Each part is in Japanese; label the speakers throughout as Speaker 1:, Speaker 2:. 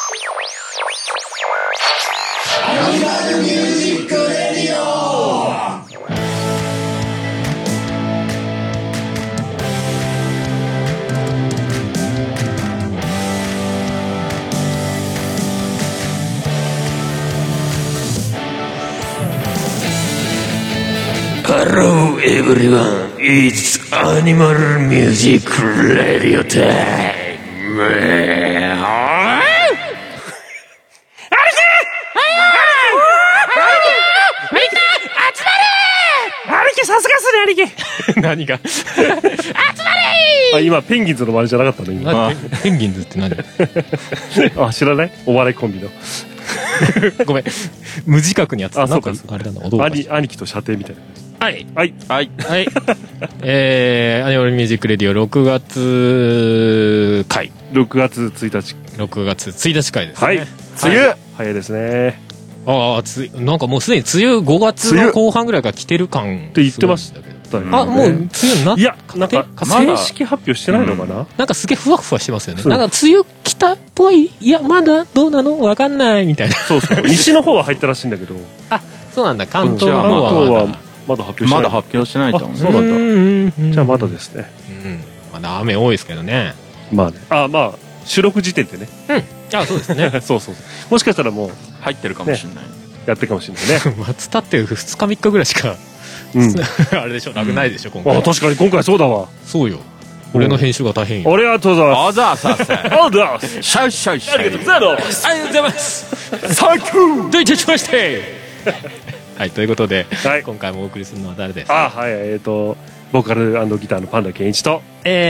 Speaker 1: Hello everyone, it's Animal Music Radio Time.
Speaker 2: さすがっすね、兄貴。何が集まれー。今ペンギンズの真似じゃなかったの今。
Speaker 3: ペンギンズって何？
Speaker 2: あ、知らない？お笑いコンビの。
Speaker 3: ごめん、無自覚にやってた。
Speaker 2: あ、そうか。
Speaker 3: あれだな、
Speaker 2: 兄貴と射程みたいな。
Speaker 3: はい
Speaker 2: はい
Speaker 3: はいはい。アニマルミュージックレディオ6月回。
Speaker 2: 6月1日。
Speaker 3: 6月1日回ですね。
Speaker 2: はい。梅雨、早いですね。
Speaker 3: ああ、なんかもうすでに梅雨5月の後半ぐらいから来てる感
Speaker 2: って言ってましたけど、
Speaker 3: あ、もう梅雨になって、
Speaker 2: いや、なんか正式発表してないのかな、
Speaker 3: なんかすげえふわふわしてますよね。なんか梅雨来たっぽい、いやまだどうなのわかんないみたいな。
Speaker 2: そうそう、西の方は入ったらしいんだけど。
Speaker 3: あ、そうなんだ。関東の方は
Speaker 2: まだ発表してない。
Speaker 4: まだ発表してないと思う。
Speaker 2: そうなんだ。じゃあまだですね。
Speaker 3: まだ雨多いですけどね。
Speaker 2: まあね。あ、まあ収録時点でね。
Speaker 3: あ、そうですね。
Speaker 2: そうそう。もしかしたらもう
Speaker 4: 入ってるかもしれない。
Speaker 2: やってるかもしれないね。
Speaker 3: 松田って2日3日ぐらいしか、あれでしょ、なくないでしょ、今回。
Speaker 2: あ、確かに今回そうだわ。
Speaker 3: そうよ。俺の編集が大変よ。
Speaker 2: ありがとうございます。
Speaker 4: あざーさせ。
Speaker 2: ありがとうございます。
Speaker 4: シャイシャイシャイ。
Speaker 2: ありがとうございます。
Speaker 3: ありがとうございます。
Speaker 2: サンキュー。
Speaker 3: どういたしまして。はい、ということで、
Speaker 2: はい、
Speaker 3: 今回もお送りするのは誰ですか？
Speaker 2: あ、はい、ボーカル&ギターのパンダケンイチと、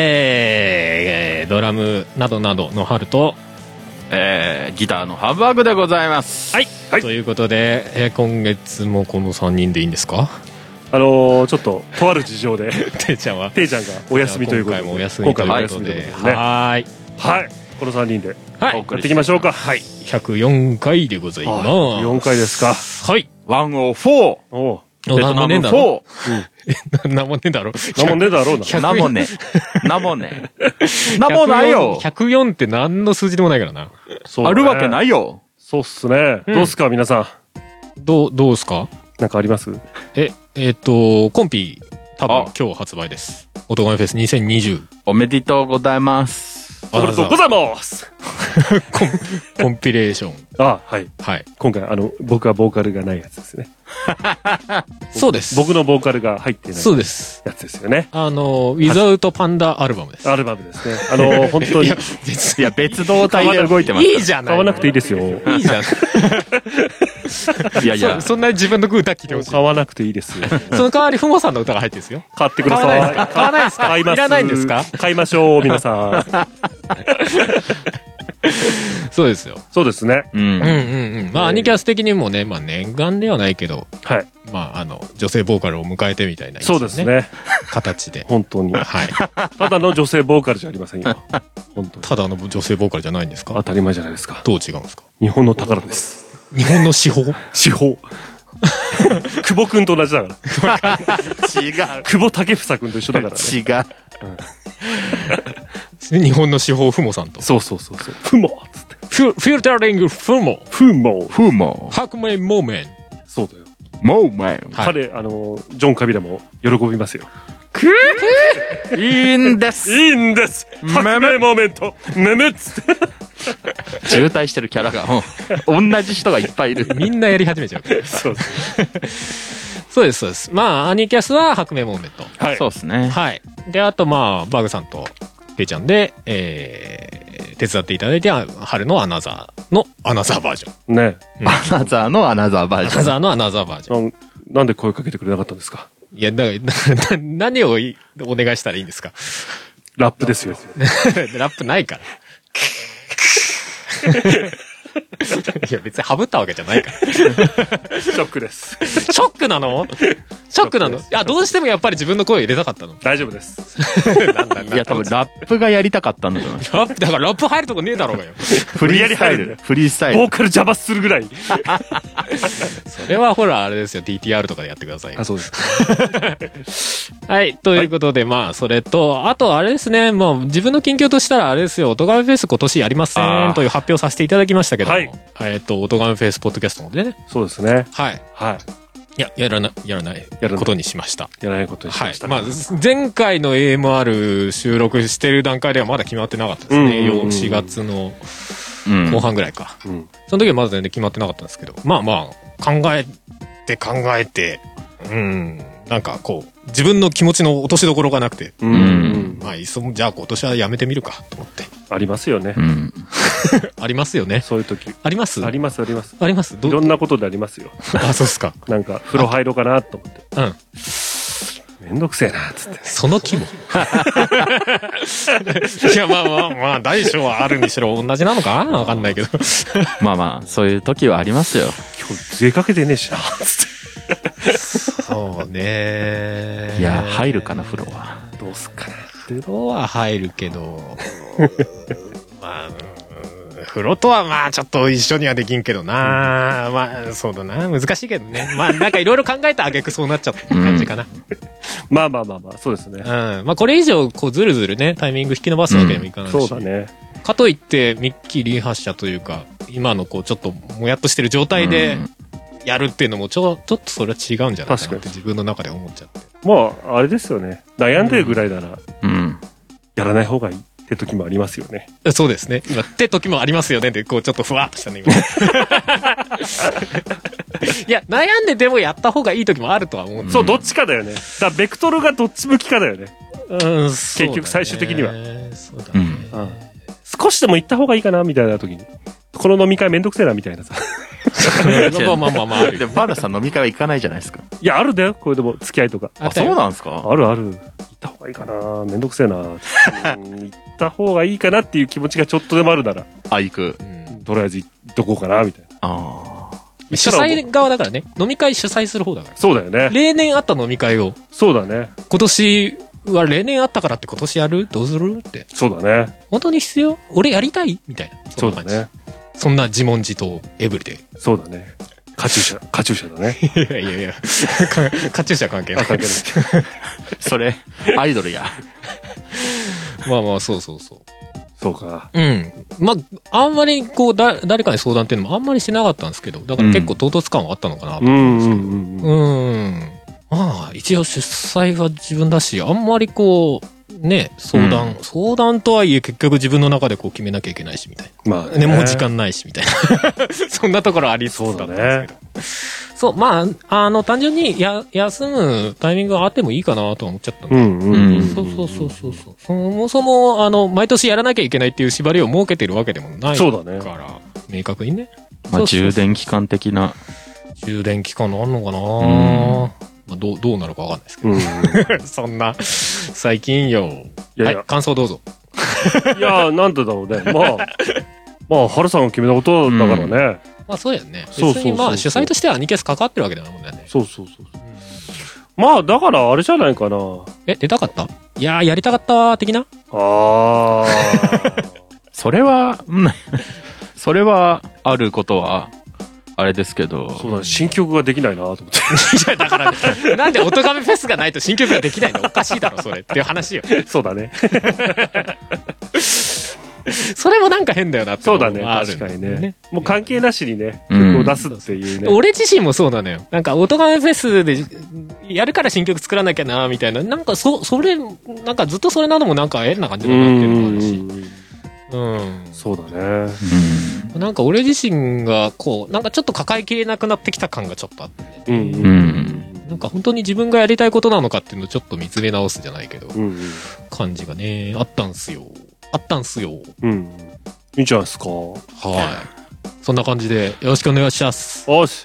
Speaker 3: ドラムなどなどの春と、
Speaker 4: ギターのハンバーグでございます。
Speaker 3: はい、はい、ということで、今月もこの3人でいいんですか？
Speaker 2: ちょっととある事情で
Speaker 3: ていちゃんが
Speaker 2: お休みということで、
Speaker 3: 今回もお休みということで、はい、
Speaker 2: この3人で
Speaker 3: や
Speaker 2: っていきましょうか。
Speaker 3: はい、104回でございます。
Speaker 2: 4回ですか。
Speaker 3: はい、
Speaker 4: 104。
Speaker 2: お
Speaker 4: ベトナム4。
Speaker 3: なんもねえだろ。
Speaker 2: なんもねえだろうな。
Speaker 4: なんもね。なんもね。なんもないよ。
Speaker 3: 104って何の数字でもないからな。
Speaker 4: あるわけないよ。
Speaker 2: そうっすね。どうすか皆さん。
Speaker 3: どうすか？
Speaker 2: なんかあります？
Speaker 3: コンピ多分今日発売です。おとがめフェス2020。
Speaker 4: おめでとうございます。
Speaker 2: おめでとうございます。
Speaker 3: コンピレーション。
Speaker 2: あ、はい。
Speaker 3: はい。
Speaker 2: 今回僕はボーカルがないやつですね。
Speaker 3: そうです。
Speaker 2: 僕のボーカルが入ってない。
Speaker 3: そうです。
Speaker 2: やつですよね。
Speaker 3: ウィザウトパンダアルバムです。
Speaker 2: アルバムですね。本当に。
Speaker 4: いや、別動体で動いてます。
Speaker 3: いいじゃない。
Speaker 2: 買わなくていいですよ。
Speaker 3: いいじゃん。
Speaker 4: いやいや。
Speaker 3: そんなに自分の歌聴いてほしい。
Speaker 2: 買わなくていいですよ。
Speaker 3: その代わり、ふもさんの歌が入ってるんですよ。
Speaker 2: 買ってください。
Speaker 3: 買わないですか？
Speaker 2: 買います。
Speaker 3: いらないんですか？
Speaker 2: 買いましょう、皆さん。
Speaker 3: そうですよ。
Speaker 2: そうですね。
Speaker 3: まあ、アニキャス的にもね、まあ、念願ではないけど、
Speaker 2: はい。
Speaker 3: まあ、女性ボーカルを迎えてみたいな、
Speaker 2: そうですね。
Speaker 3: 形で。
Speaker 2: 本当に。
Speaker 3: はい。
Speaker 2: ただの女性ボーカルじゃありませんよ。本当に。
Speaker 3: ただの女性ボーカルじゃないんですか？
Speaker 2: 当たり前じゃないですか。
Speaker 3: どう違うんですか？
Speaker 2: 日本の宝です。
Speaker 3: 日本の司法？
Speaker 2: 司法。久保くんと同じだから。
Speaker 4: 違う。
Speaker 2: 久保建英くんと一緒だからね。
Speaker 4: 違う。
Speaker 3: 日本の司法フモさんと。
Speaker 2: そう。フモっつって。
Speaker 3: フィルタリングフモ。白米モーメン。
Speaker 2: そうだよ。
Speaker 4: モーメン。
Speaker 2: 彼、ジョン・カビラも喜びますよ。
Speaker 4: いいんです。
Speaker 2: いいんです。白米モーメント。むむっつって。
Speaker 4: 渋滞してるキャラが、同じ人がいっぱいいる。
Speaker 3: みんなやり始めちゃう。
Speaker 2: そう
Speaker 3: です。まあ、アニキャスは白米モーメント。
Speaker 2: はい。
Speaker 4: そうですね。
Speaker 3: はい。で、あとまあ、バグさんとペイちゃんで、手伝っていただいて、春のアナザーのアナザーバージョン。
Speaker 2: ね。
Speaker 4: アナザーのアナザーバージョン。
Speaker 3: アナザーのアナザーバージョン。
Speaker 2: なんで声かけてくれなかったんですか？
Speaker 3: いや、だから何をお願いしたらいいんですか？
Speaker 2: ラップですよ。
Speaker 3: ラップないから。 いや別にハブったわけじゃないから。
Speaker 2: ショックです。
Speaker 3: ショックなの？ショックなの？いや、どうしてもやっぱり自分の声を入れたかったの。
Speaker 2: 大丈夫です。
Speaker 4: いや、多分ラップがやりたかったんだと思う。
Speaker 3: ラップ、だからラップ入るとこねえだろうがよ。
Speaker 4: フリースタイル。フリースタイル。
Speaker 2: ボーカル邪魔するぐらい。
Speaker 3: それはほら、あれですよ、DTR とかでやってください。
Speaker 2: あ、そうです。
Speaker 3: はい、ということで、まあ、それと、あと、あれですね、もう、自分の近況としたら、あれですよ、おとがめフェス今年やりませんという発表させていただきましたけども、
Speaker 2: はい
Speaker 3: おとがめフェスポッドキャストのでね、
Speaker 2: そうですね。
Speaker 3: はい。
Speaker 2: はい。
Speaker 3: いや、やらないことにしました。
Speaker 2: やらないことにしました。
Speaker 3: はい。まあ、前回の AMR 収録してる段階ではまだ決まってなかったですね。4月の後半ぐらいか。
Speaker 2: うん。
Speaker 3: その時はまだ全然決まってなかったんですけど、まあまあ、考えて、なんかこう、自分の気持ちの落としどころがなくて、まあ、じゃあ今年はやめてみるかと思って。
Speaker 2: ありますよね。
Speaker 3: ありますよね。
Speaker 2: そういう時。
Speaker 3: あります
Speaker 2: あります、あります。
Speaker 3: あります
Speaker 2: いろんなことでありますよ。
Speaker 3: あ、そうっすか。
Speaker 2: なんか、風呂入ろうかなと思って。
Speaker 3: うん。
Speaker 2: めんどくせえな、つって。
Speaker 3: その気も。いや、まあ、大小はあるにしろ同じなのかなわかんないけど。
Speaker 4: まあまあ、そういう時はありますよ。
Speaker 2: 今日、出かけてねえしな、つって。
Speaker 3: そうね。
Speaker 4: いや、入るかな、風呂は。
Speaker 2: どうすっかな。
Speaker 3: 風呂は入るけど、まあ、風呂とはまあちょっと一緒にはできんけどな、まあそうだな、難しいけどね。まあなんかいろいろ考えた挙句そうなっちゃった感じかな。
Speaker 2: まあ、そうですね。
Speaker 3: まあこれ以上こうずるずるね、タイミング引き伸ばすわけにもいかないし。
Speaker 2: そうだね。
Speaker 3: かといってミッキーリン発射というか、今のこうちょっともやっとしてる状態でやるっていうのもちょっとそれは違うんじゃないかなって自分の中で思っちゃって。
Speaker 2: まあ、あれですよね。悩んでるぐらいなら、やらない方がいいって時もありますよね。
Speaker 3: そうですね。今、って時もありますよね。で、こう、ちょっとふわっとしたね、今。いや、悩んででもやった方がいい時もあるとは思う。
Speaker 2: そう、どっちかだよね。だからベクトルがどっち向きかだよね。結局最終的には。
Speaker 3: そうだね。
Speaker 2: 少しでも行った方がいいかな、みたいな時に。この飲み会めんどくせえな、みたいなさ。
Speaker 3: まあ。
Speaker 4: でも、バルさん飲み会は行かないじゃないですか。
Speaker 2: いや、あるんだよ。これでも、付き合いとか。
Speaker 4: あ、そうなんですか？
Speaker 2: ある。行った方がいいかな。めんどくせえな。行った方がいいかなっていう気持ちがちょっとでもあるなら。
Speaker 4: あ、行く。
Speaker 2: とりあえず行っとこうかな、みたいな。
Speaker 3: 主催側だからね。飲み会主催する方だから。
Speaker 2: そうだよね。
Speaker 3: 例年あった飲み会を。
Speaker 2: そうだね。
Speaker 3: 今年は例年あったからって今年やる？どうする？って。
Speaker 2: そうだね。
Speaker 3: 本当に必要？俺やりたい？みたいな。
Speaker 2: そうだね。
Speaker 3: そんな自問自答エブリデイ。そう
Speaker 2: だね。カチューシャだね。
Speaker 3: いや。カチューシャ関係ない。
Speaker 2: 関係ない。
Speaker 4: それ、アイドルや。
Speaker 3: まあ、そう。
Speaker 2: そうか。
Speaker 3: まあ、あんまりこう、誰かに相談っていうのもあんまりしなかったんですけど、だから結構唐突感はあったのかなと思うんですけど。まあ、一応出催は自分だし、あんまりこう、ね、相談とはいえ結局自分の中でこう決めなきゃいけないしみたいな。まあね、もう時間ないしみたいな。そんなところありそうだったんですけど。そう、まあ、単純に休むタイミングがあってもいいかなと思っちゃったんで。そう。そもそも、毎年やらなきゃいけないっていう縛りを設けてるわけでもないから、明確にね。
Speaker 4: まあ、充電期間的な。
Speaker 3: 充電期間あんのかなどうなるかわかんないですけど。そんな、最近よ。はい、感想どうぞ。
Speaker 2: いや、なんでだろうね。まあ、春さんが決めたことだからね。
Speaker 3: まあ、そうやね。別にまあ、主催としてはアニキャス関わってるわけだもんね。
Speaker 2: そう。まあ、だからあれじゃないかな。
Speaker 3: 出たかった？いやー、やりたかったわ、的な？
Speaker 4: それは、あることは、あれですけど。
Speaker 2: そうだ、新曲ができないなと思って。
Speaker 3: いや、だから、なんでおとがめフェスがないと新曲ができないの？おかしいだろ、それ。っていう話よ。
Speaker 2: そうだね。
Speaker 3: それもなんか変だよなって。
Speaker 2: そうだね、確かにね。もう関係なしにね、曲を出すっていうね。
Speaker 3: 俺自身もそうなのよ。なんか、おとがめフェスで、やるから新曲作らなきゃな、みたいな。なんか、それ、なんかずっとそれなのもなんか変な感じだなっていうのもあるし。
Speaker 2: そうだね。
Speaker 3: なんか俺自身がこうなんかちょっと抱えきれなくなってきた感がちょっとあってね。なんか本当に自分がやりたいことなのかっていうのをちょっと見つめ直すじゃないけど、感じがねあったんすよ。
Speaker 2: いいんじゃないですか。
Speaker 3: はい。そんな感じでよろしくお願いします。
Speaker 4: おし。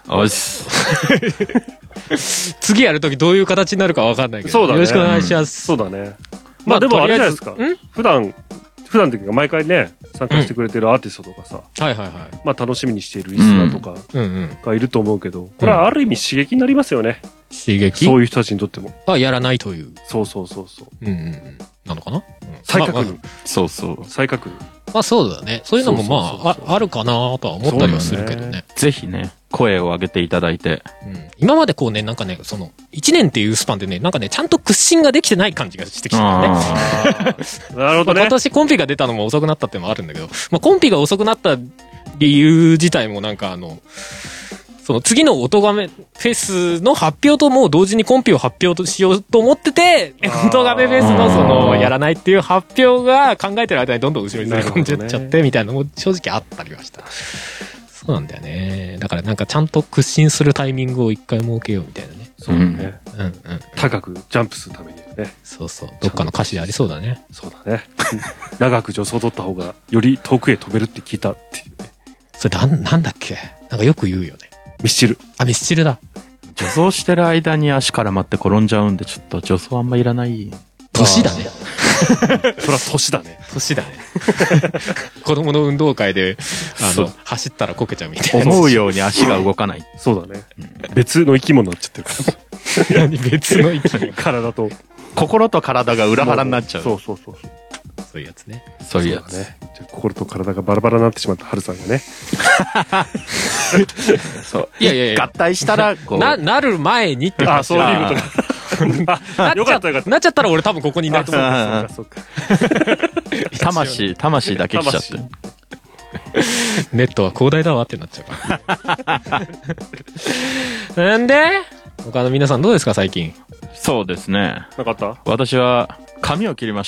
Speaker 3: 次やるときどういう形になるかわかんないけど。
Speaker 2: そうだね。
Speaker 3: よろしくお願いします。
Speaker 2: そうだね。まあでもあれじゃないですか。普普段というか毎回ね、参加してくれてるアーティストとかさ、
Speaker 3: はいはいはい。
Speaker 2: まあ楽しみにしているリスナーとか
Speaker 3: うんうん。
Speaker 2: がいると思うけど、これはある意味刺激になりますよね。
Speaker 3: 刺激
Speaker 2: そういう人たちにとっても。
Speaker 3: やらないという。
Speaker 2: そうそうそうそう。
Speaker 3: うんうんうん。なのかな、
Speaker 2: 再確認。
Speaker 4: そうそう。
Speaker 2: 再確認。
Speaker 3: まあそうだね。そういうのもま
Speaker 2: そうそうそうそう
Speaker 3: あ、あるかなとは思ったりはするけどね。
Speaker 4: ぜひね、声を上げていただいて。
Speaker 3: 今までこうね、なんかね、その、1年っていうスパンでね、なんかね、ちゃんと屈伸ができてない感じがしてきたよね。
Speaker 2: なるほどね。
Speaker 3: 今年コンピが出たのも遅くなったってのもあるんだけど、まあコンピが遅くなった理由自体もなんかその次の音亀フェスの発表ともう同時にコンピを発表しようと思ってて、音亀フェスのそのやらないっていう発表が考えてる間にどんどん後ろにずれ込んじゃっちゃってみたいなのも正直あったりはした。そうなんだよね。だからなんかちゃんと屈伸するタイミングを一回設けようみたいなね。
Speaker 2: そうだね。
Speaker 3: うんうん。
Speaker 2: 高くジャンプするためにね。
Speaker 3: そうそう。どっかの歌詞でありそうだね。
Speaker 2: そうだね。長く助走を取った方がより遠くへ飛べるって聞いたっていうね。
Speaker 3: それなんだっけ、なんかよく言うよね。
Speaker 2: ミスチル。
Speaker 3: ミスチルだ。
Speaker 4: 助走してる間に足絡まって転んじゃうんで、ちょっと助走あんまいらない。
Speaker 3: 年だね。
Speaker 2: それは年だね。
Speaker 3: 年だね。子供の運動会で、走ったらこけちゃうみたいな。
Speaker 4: 思うように足が動かない。
Speaker 2: そうだね。別の生き物になっちゃってるから。
Speaker 3: 何別の生き物。
Speaker 2: 体と。
Speaker 4: 心と体が裏腹になっちゃう。
Speaker 2: そうそうそう。
Speaker 3: そういうやつね。
Speaker 4: そういうやつ。
Speaker 2: ね。心と体がバラバラになってしまった春さんがね。
Speaker 4: そう。
Speaker 3: いや。
Speaker 4: 合体したら、こう。
Speaker 3: なる前にって
Speaker 2: そういうことか。よかったよかった。
Speaker 3: なっちゃったら俺多分ここにいないと思う。
Speaker 2: そうか。
Speaker 4: 魂だけ来ちゃって。
Speaker 3: ネットは広大だわってなっちゃうから。なんで他の皆さんどうですか最近。
Speaker 4: そうですね。
Speaker 2: なかった？
Speaker 4: 私は髪を切りました。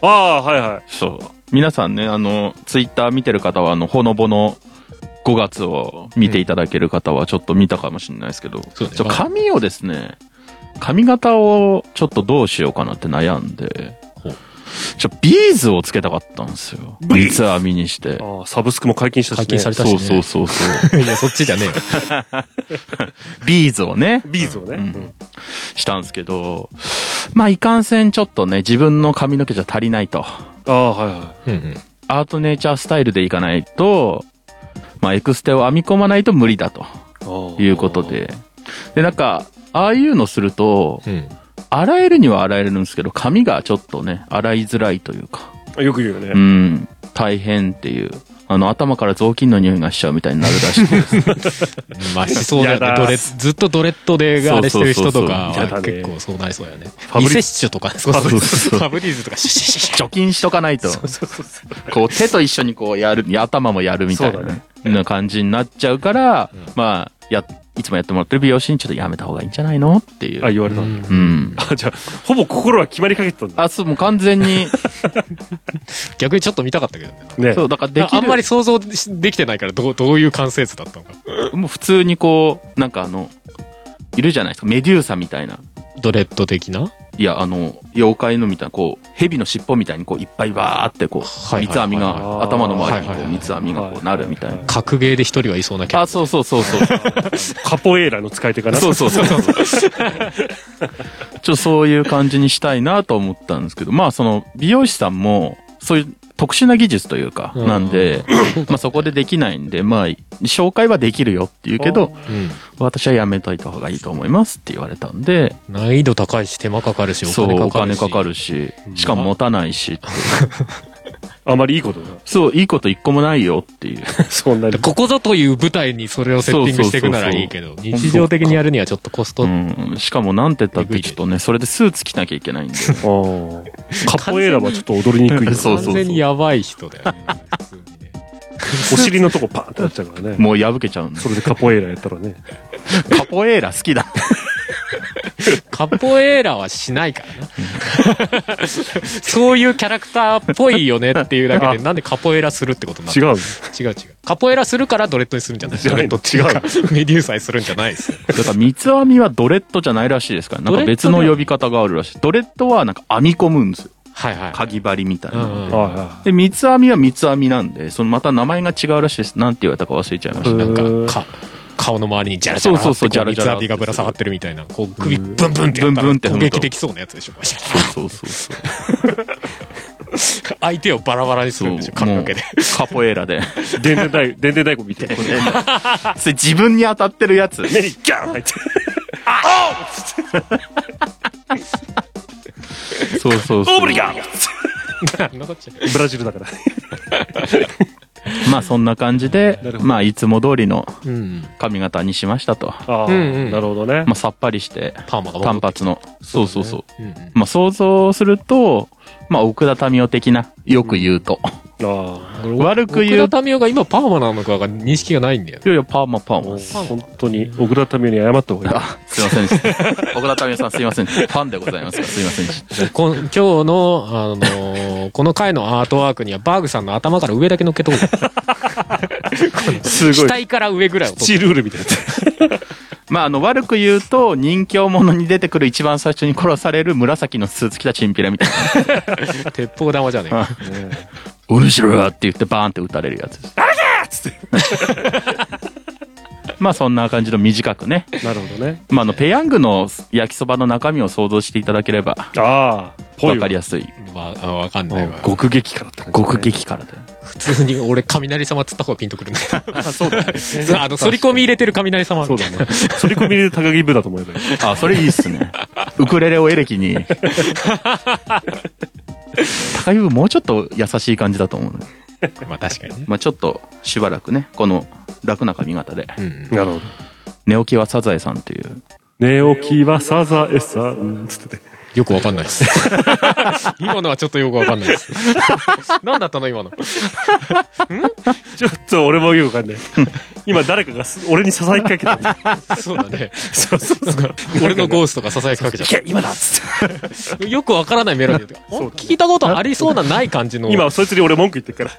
Speaker 2: はいはい。
Speaker 4: そう。皆さんね、ツイッター見てる方は、ほのぼの5月を見ていただける方はちょっと見たかもしれないですけど、髪をですね、髪型をちょっとどうしようかなって悩んで、ビーズをつけたかったんですよ。三つ編みにして。
Speaker 2: サブスクも解禁したしね。
Speaker 3: 解禁されたしね。
Speaker 4: そう。
Speaker 3: いや、そっちじゃねえよ。
Speaker 4: ビーズをね。したんですけど、まあ、いかんせんちょっとね、自分の髪の毛じゃ足りないと。
Speaker 2: はいはい。
Speaker 4: アートネイチャースタイルでいかないと、まあ、エクステを編み込まないと無理だと。いうことで。で、なんか、ああいうのすると、洗えるには洗えるんですけど、髪がちょっとね、洗いづらいというか。
Speaker 2: よく言うよね。
Speaker 4: 大変っていう。頭から雑巾の匂いがしちゃうみたいになるらしいです。
Speaker 3: まあ、しそうだよね。ずっとドレッドであれしてる人とか、結構そうなりそうやね。リセッシュとか、ファブリーズとか、
Speaker 4: 除菌しとかないと。こう、手と一緒にこうやる、頭もやるみたいな感じになっちゃうから、まあ、いつもやってもらってる美容師にちょっとやめた方がいいんじゃないのっていう。
Speaker 2: 言われたんだ。じゃあ、ほぼ心は決まりかけてたんだ。
Speaker 4: そう、もう完全に。
Speaker 3: 逆にちょっと見たかったけどね。
Speaker 4: そう、だからできる。
Speaker 3: あんまり想像できてないから、どういう完成図だったのか。
Speaker 4: もう普通にこう、なんかいるじゃないですか。メデューサみたいな。
Speaker 3: ドレッド的な？
Speaker 4: いや、妖怪のみたいな、こう、蛇の尻尾みたいにこう、いっぱいバーってこう、三つ編みが、頭の周りにこう、三つ編みがこう、なるみたいな。
Speaker 3: 格ゲーで一人はいそうなキャラ。
Speaker 4: そう。
Speaker 2: カポエーラの使い手かな。
Speaker 4: そう。ちょっとそういう感じにしたいなと思ったんですけど、まあ美容師さんも、そういう特殊な技術というか、なんで、まあそこでできないんで、まあ、紹介はできるよって言うけど、私はやめといた方がいいと思いますって言われたんで。
Speaker 3: 難易度高いし、手間かかるし、
Speaker 4: お金かかるし、しかも持たないし。
Speaker 2: あまりいいことだ。
Speaker 4: そう、いいこと一個もないよっていう。
Speaker 2: そんなに。
Speaker 3: ここぞという舞台にそれをセッティングしていくならいいけど、日常的にやるにはちょっとコスト。
Speaker 4: しかもなんて言ったってちょっとね、それでスーツ着なきゃいけないんで。
Speaker 2: カポエーラはちょっと踊りにくい。
Speaker 3: 完全にやばい人だよね。
Speaker 2: お尻のとこパーンってなっちゃうからね。
Speaker 4: もう破けちゃうんで。
Speaker 2: それでカポエーラやったらね。
Speaker 4: カポエーラ好きだ。
Speaker 3: カポエーラはしないからな。そういうキャラクターっぽいよねっていうだけで、なんでカポエーラするってことになる？違う。カポエーラするからドレッドにするんじゃない？ドレッドっていうか、メデューサにするんじゃないですよ。
Speaker 4: だから三つ編みはドレッドじゃないらしいですから、なんか別の呼び方があるらしい。ドレッドはなんか編み込むんですよ。かぎ針みたいな。で、三つ編みは三つ編みなんで、また名前が違うらしいです。なんて言われたか忘れちゃいました。
Speaker 3: なんか、顔の周りにジャラジャラって三つ編みがぶら下がってるみたいな、こう首ブンブンってやったら攻撃できそうなやつでしょ。
Speaker 4: そう。
Speaker 3: 相手をバラバラにするんでしょ、髪の毛で。
Speaker 4: カポエーラで。
Speaker 2: でんでん太鼓見て。
Speaker 4: それ自分に当たってるやつ。
Speaker 2: 目にギャーン入って。
Speaker 4: そうそうそう。
Speaker 2: オーブリガーブラジルだから。
Speaker 4: まあそんな感じで、まあいつも通りの髪型にしましたと。
Speaker 2: ああ、なるほどね。
Speaker 4: まあさっぱりして、単発の。そうそうそう。まあ想像すると、まあ奥田民生的な、よく言うと。悪く言う。
Speaker 3: 奥田民生が今パーマなのかが認識がないんだよ。
Speaker 4: いやいや、パーマ。
Speaker 2: 本当に、奥田民生に謝った方がいい。
Speaker 4: すいませんでした。奥田民生さんすいません。ファンでございますからすいませんでした。
Speaker 3: 今日の、この回のアートワークにはバーグさんの頭から上だけ乗っけとこう。
Speaker 2: すごい。
Speaker 3: 額から上ぐらいを。
Speaker 2: スチールールみたいな。
Speaker 4: まあ悪く言うと、人形者に出てくる一番最初に殺される紫のスーツ着たチンピラみたいな。
Speaker 3: 鉄砲玉じゃねえか。
Speaker 4: 後ろって言ってバーンって撃たれるやつです。
Speaker 2: あれだっつって。
Speaker 4: まあそんな感じの短くね。
Speaker 2: なるほどね。
Speaker 4: まあペヤングの焼きそばの中身を想像していただければ。
Speaker 2: ああ。
Speaker 4: わかりやすい。
Speaker 3: わかんないわ。
Speaker 2: 極激辛って
Speaker 4: 極激辛で。
Speaker 3: 普通に俺雷様っつった方がピンとくるんだよ。
Speaker 2: あ、そうだね。
Speaker 3: 反り込み入れてる雷様。
Speaker 2: そうだね。反り込み入れて高木部だと思えばいい。
Speaker 4: あ、それいいっすね。ウクレレをエレキに。高木部もうちょっと優しい感じだと思う。
Speaker 3: まあ確かにね。
Speaker 4: まあちょっとしばらくね、この楽な髪型で。
Speaker 2: なるほど。
Speaker 4: 寝起きはサザエさんっていう。
Speaker 2: 寝起きはサザエさんつってて。
Speaker 3: よくわかんないです。今のはちょっとよくわかんないです。何だったの今の。
Speaker 2: ちょっと俺もよくわかんない。今誰かが俺に囁きかけた。
Speaker 3: そうだね。
Speaker 2: そう。
Speaker 3: 俺のゴーストが囁きかけちゃった。
Speaker 2: 今だっつ
Speaker 3: って。よくわからないメロディーで。聞いたことありそうなない感じの。
Speaker 2: 今そいつに俺文句言ってるから。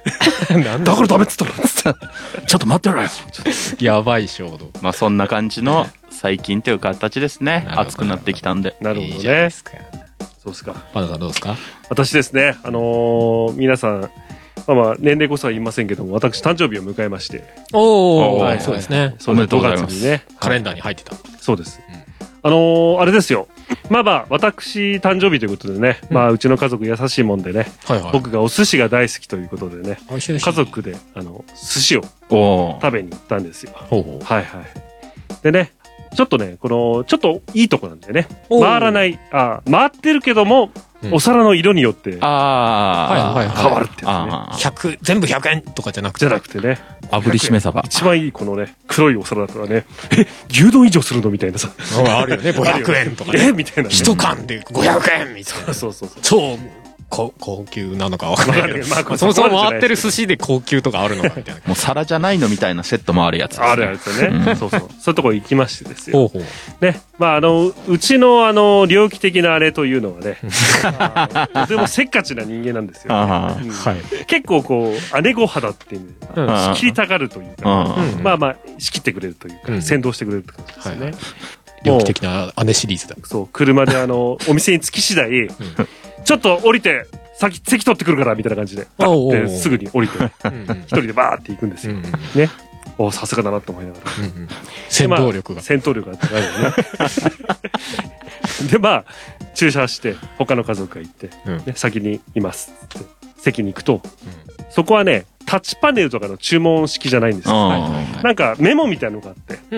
Speaker 2: だからダメっつったらっつって。ちょっと待ってろよ。
Speaker 3: やばい衝動。
Speaker 4: まあそんな感じの最近という形ですね。暑くなってきたんで。
Speaker 2: なるほどね。そうですか。
Speaker 3: パンダさんどうですか？
Speaker 2: 私ですね、皆さん、まあ年齢こそは言いませんけども、私誕生日を迎えまして。
Speaker 3: はい、そうですね。
Speaker 2: そうですね、5月にね。
Speaker 3: カレンダーに入ってた。
Speaker 2: そうです。あれですよ。まあ、私誕生日ということでね、まあうちの家族優しいもんでね、僕がお寿司が大好きということでね、家族で寿司を食べに行ったんですよ。はい。でね、ちょっとね、ちょっといいとこなんだよね。回ってるけども、お皿の色によって変わるってやつね。
Speaker 3: 全部100円とかじゃなく
Speaker 2: てね。
Speaker 4: 炙りしめ鯖。
Speaker 2: 一番いいこのね、黒いお皿だったらね、牛丼以上するのみたいなさ。
Speaker 3: あるよね、500円とかね。
Speaker 2: みたいな。
Speaker 3: 一缶で500円みたいな。
Speaker 2: そう。
Speaker 3: 超高級なのか分からないけど、そもそも回ってる寿司で高級とかあるのかみたいな。
Speaker 4: もう皿じゃないのみたいなセットもあるやつ。
Speaker 2: あるやつね。そういうとこ行きましてですよ。ね。まあうちの猟奇的なあれというのはね、とてもせっかちな人間なんですよ。結構姉御肌っていう仕切りたがるというか、まあ仕切ってくれるというか、先導してくれるって感じですよね。
Speaker 3: 猟奇的な姉シリーズだ。
Speaker 2: そう、車でお店に着き次第、ちょっと降りて、席取ってくるから、みたいな感じで。すぐに降りて、一人でバーって行くんですよ。ね。さすがだなと思いながら。
Speaker 3: 戦闘力が。
Speaker 2: 戦闘力が高いよね。で、まあ、駐車して、他の家族が行って、先にいますって。席に行くと、そこはね、タッチパネルとかの注文式じゃないんですよ。なんかメモみたいなのがあって、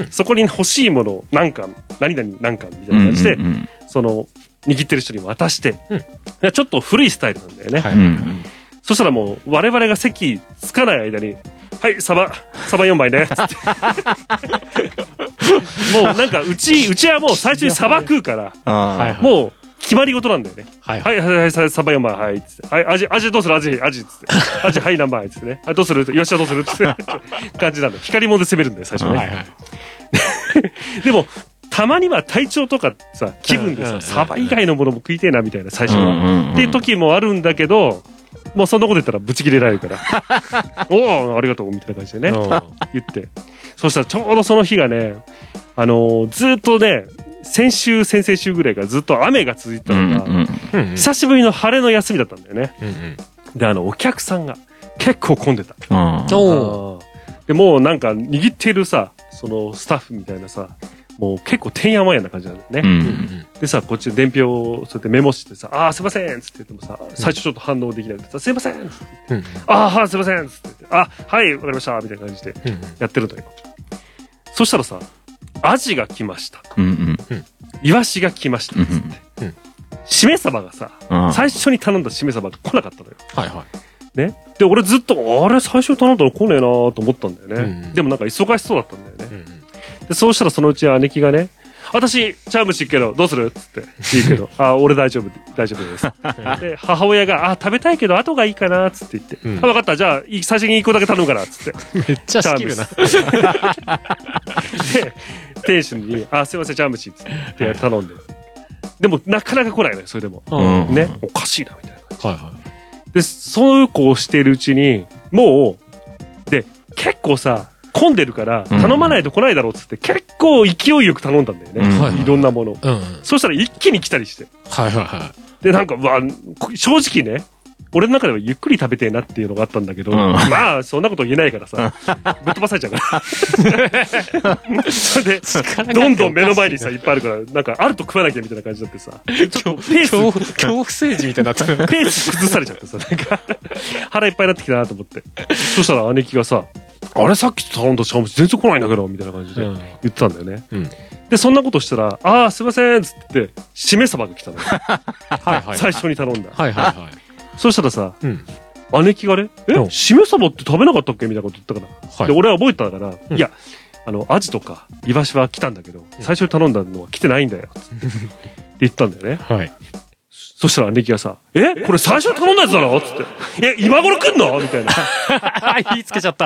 Speaker 2: そこに欲しいものを何巻、何々何巻みたいな感じで、握ってる人に渡して、ちょっと古いスタイルなんだよね。そしたらもう我々が席つかない間に、はい、サバ4枚ね。もうなんかうちはもう最初にサバ食うから、もう決まり事なんだよね。はい、サバ4枚、はい、つって。はい、味どうする味、つって。味、はい、何枚つってね。はい、どうするよっしゃ、どうするつって。感じなんだよ。光り物で攻めるんだよ、最初ね。でも、たまには体調とかさ、気分でさ、サバ以外のものも食いてえな、みたいな、最初は。っていう時もあるんだけど、もうそんなこと言ったらブチ切れられるから。おお、ありがとう、みたいな感じでね。言って。そしたらちょうどその日がね、ずっとね、先々週ぐらいからずっと雨が続いてたのが、久しぶりの晴れの休みだったんだよね。で、お客さんが結構混んでた。で、もうなんか握っているさ、そのスタッフみたいなさ、 もう結構てんやわんやな感じなんだよね。でさ、こっちで伝票をそうやってメモしてさ、すいませんっつって言ってもさ、最初ちょっと反応できなくてさ、すいませんっつって。はい、すいませんっつって。はい、わかりましたみたいな感じでやってるのよ。そしたらさ、アジが来ました。イワシが来ましたっつって。しめ鯖がさ、最初に頼んだしめ鯖が来なかったのよ。はいはい。ね。で、俺ずっと、あれ最初に頼んだの来ねえなと思ったんだよね。でもなんか忙しそうだったんだよね。で、そうしたらそのうち姉貴がね、私、茶碗蒸し行くけど、どうするつって言うけど、俺大丈夫です。で、母親が、食べたいけど後がいいかなつって言って、分かった、じゃあ、最初に1個だけ頼むから、つって。
Speaker 3: めっちゃ仕切るな。
Speaker 2: で、店主に、すいません、茶碗蒸しって頼んで。でも、なかなか来ないのよ、それでも。ね、おかしいな、みたいな。はいはい。で、そうこうしてるうちに、もう、で、結構さ、混んでるから頼まないと来ないだろうっつって結構勢いよく頼んだんだよね、いろんなもの、そしたら一気に来たりして、でなんか正直ね、俺の中ではゆっくり食べてえなっていうのがあったんだけど、まあそんなこと言えないからさ、ぶっ飛ばされちゃうからそれでどんどん目の前にさいっぱいあるから、なんかあると食わなきゃみたいな感じになってさ、
Speaker 3: 恐怖政治みたいになってる。
Speaker 2: ペース崩されちゃってさ、なんか腹いっぱいになってきたなと思って、そしたら姉貴がさ、あれさっき頼んだ茶碗蒸し全然来ないんだけどみたいな感じで言ってたんだよね。でそんなことしたら、すいませんっつってしめ鯖が来たのよ。最初に頼んだ。そしたらさ、姉貴がね、しめ鯖って食べなかったっけみたいなこと言ったから、で俺は覚えてたから、いやアジとかイワシは来たんだけど、最初に頼んだのは来てないんだよって言ったんだよね。そしたら姉貴がさ、これ最初に頼んだやつだろつって。今頃来んのみたいな。
Speaker 3: 言いつけちゃった。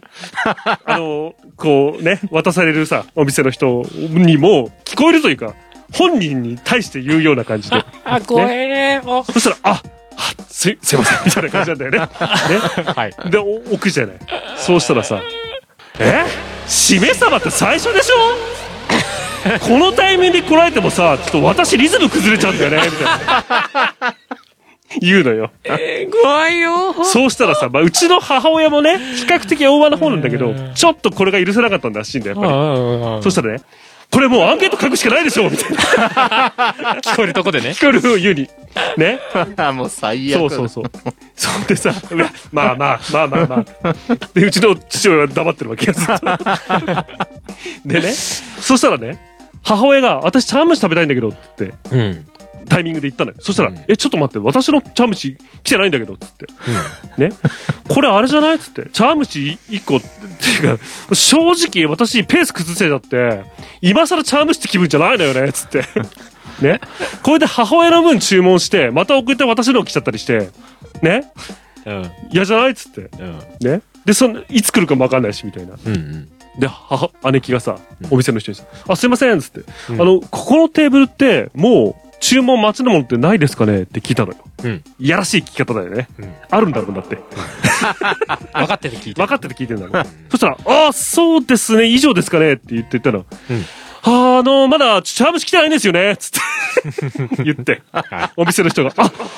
Speaker 2: こうね、渡されるさ、お店の人にも聞こえるというか、本人に対して言うような感じで。
Speaker 3: 怖えー。
Speaker 2: そしたら、すいません、みたいな感じなんだよね。ね。で、置くじゃない。そうしたらさ、しめ鯖って最初でしょこのタイミングで来られてもさ、ちょっと私リズム崩れちゃうんだよね、みたいな。言うのよ。
Speaker 3: 怖いよ。
Speaker 2: そうしたらさ、うちの母親もね、比較的大場な方なんだけど、ちょっとこれが許せなかったんだらしいんだよ、やっぱり。そしたらね、これもうアンケート書くしかないでしょみたいな。
Speaker 3: 聞こえるとこでね。
Speaker 2: 聞こえる言うに。ね。
Speaker 4: もう最悪。
Speaker 2: そう。そんでさ、まあ。で、うちの父親は黙ってるわけよ、ずっと。でね、そしたらね、母親が、私茶碗蒸し食べたいんだけどって、タイミングで言ったのよ。そしたら、ちょっと待って、私の茶碗蒸し来てないんだけどって言って。ね。これあれじゃないっつって。茶碗蒸し1個っていうか、正直私ペース崩せちゃって、今更茶碗蒸しって気分じゃないのよねっつって。ね。これで母親の分注文して、また送って私の来ちゃったりして、ね。嫌じゃないっつって。ね。で、いつ来るかもわかんないし、みたいな。で、姉貴がさ、お店の人にさ、すいませんっつって、ここのテーブルって、もう、注文待ちのものってないですかねって聞いたのよ。いやらしい聞き方だよね。あるんだろうなって。
Speaker 3: 分かってて聞いてる。
Speaker 2: 分かってて聞いてるんだろう。そしたら、そうですね、以上ですかねって言ったら、まだ茶碗蒸し来てないんですよねつって言って、お店の人が、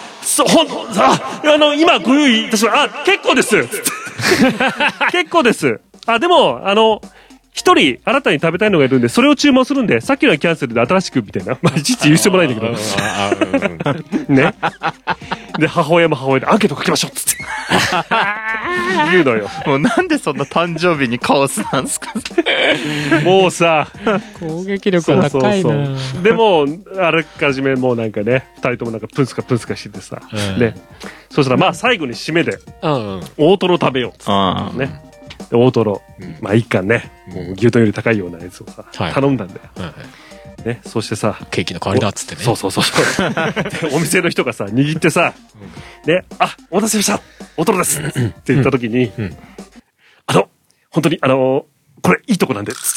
Speaker 2: 今ご用意いたします。結構ですつって。結構です。でも、一人、新たに食べたいのがいるんで、それを注文するんで、さっきのはキャンセルで新しく、みたいな。いちいち言う必要もないんだけど。ね。で、母親も母親で、アンケート書きましょうつって。言うのよ。
Speaker 4: もうなんでそんな誕生日にカオスなんですか
Speaker 2: もうさ、
Speaker 3: 攻撃力が高いな。
Speaker 2: でも、あらかじめもうなんかね、二人ともなんかプンスカしててさ。ね。そしたらまあ最後に締めで、大トロ食べようっつって。ね。大トロ、まあ一貫ね、もう牛丼より高いようなやつをさ、頼んだんだよ。ね、そしてさ、
Speaker 3: ケーキの代わりだっつってね。
Speaker 2: そう。お店の人がさ、握ってさ、ね、お待たせしました大トロですって言った時に、本当にこれいいとこなんで、つって。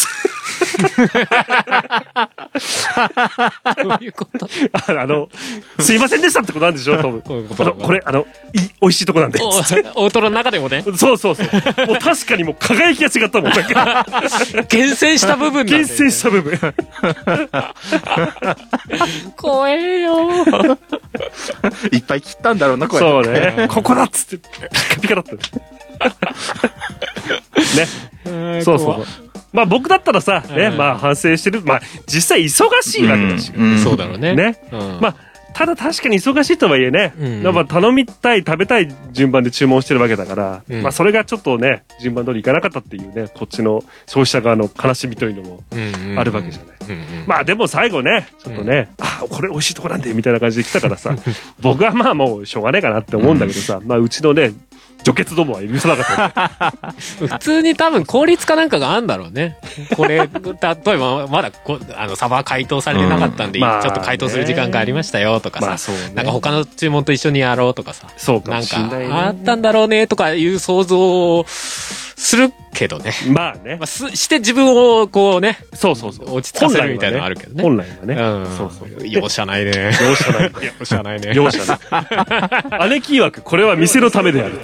Speaker 3: どういうこと
Speaker 2: すいませんでしたってことなんでしょ多分。これ、美味しいとこなんで。
Speaker 3: 大トロの中でもね。
Speaker 2: そう。もう確かにもう輝きが違ったもん。
Speaker 3: 厳選した部分だね。
Speaker 2: 厳選した部分。
Speaker 3: 怖えよ。
Speaker 4: いっぱい切ったんだろうな、これ。
Speaker 2: そうね。ここだっつって、ピカピカだったね。そう。 まあ僕だったらさ、ね、まあ反省してる。まあ実際忙しいわけだし。
Speaker 3: そうだろうね。
Speaker 2: ね。まあ、ただ確かに忙しいとはいえね、やっぱ頼みたい、食べたい順番で注文してるわけだから、まあそれがちょっとね、順番通りいかなかったっていうね、こっちの消費者側の悲しみというのもあるわけじゃない。まあでも最後ね、ちょっとね、あ、これ美味しいとこなんで、みたいな感じで来たからさ、僕はまあもうしょうがねえかなって思うんだけどさ、まあうちのね、除血どもは許さなかった、
Speaker 3: ね。普通に多分効率かなんかがあるんだろうね。これ、例えばまだサバ解凍されてなかったんで、ちょっと解凍する時間がありましたよとかさ、なんか他の注文と一緒にやろうとかさ、なんかあったんだろうねとかいう想像をするけどね。
Speaker 2: まあね。
Speaker 3: して自分をこうね、
Speaker 2: 落
Speaker 3: ち着かせるみたいなのがあるけどね。
Speaker 2: 本来はね。
Speaker 3: そうそう。容赦ないね。
Speaker 2: 容赦ない。
Speaker 3: 容赦ないね。
Speaker 2: 容赦ない。姉貴曰く、これは店のためである。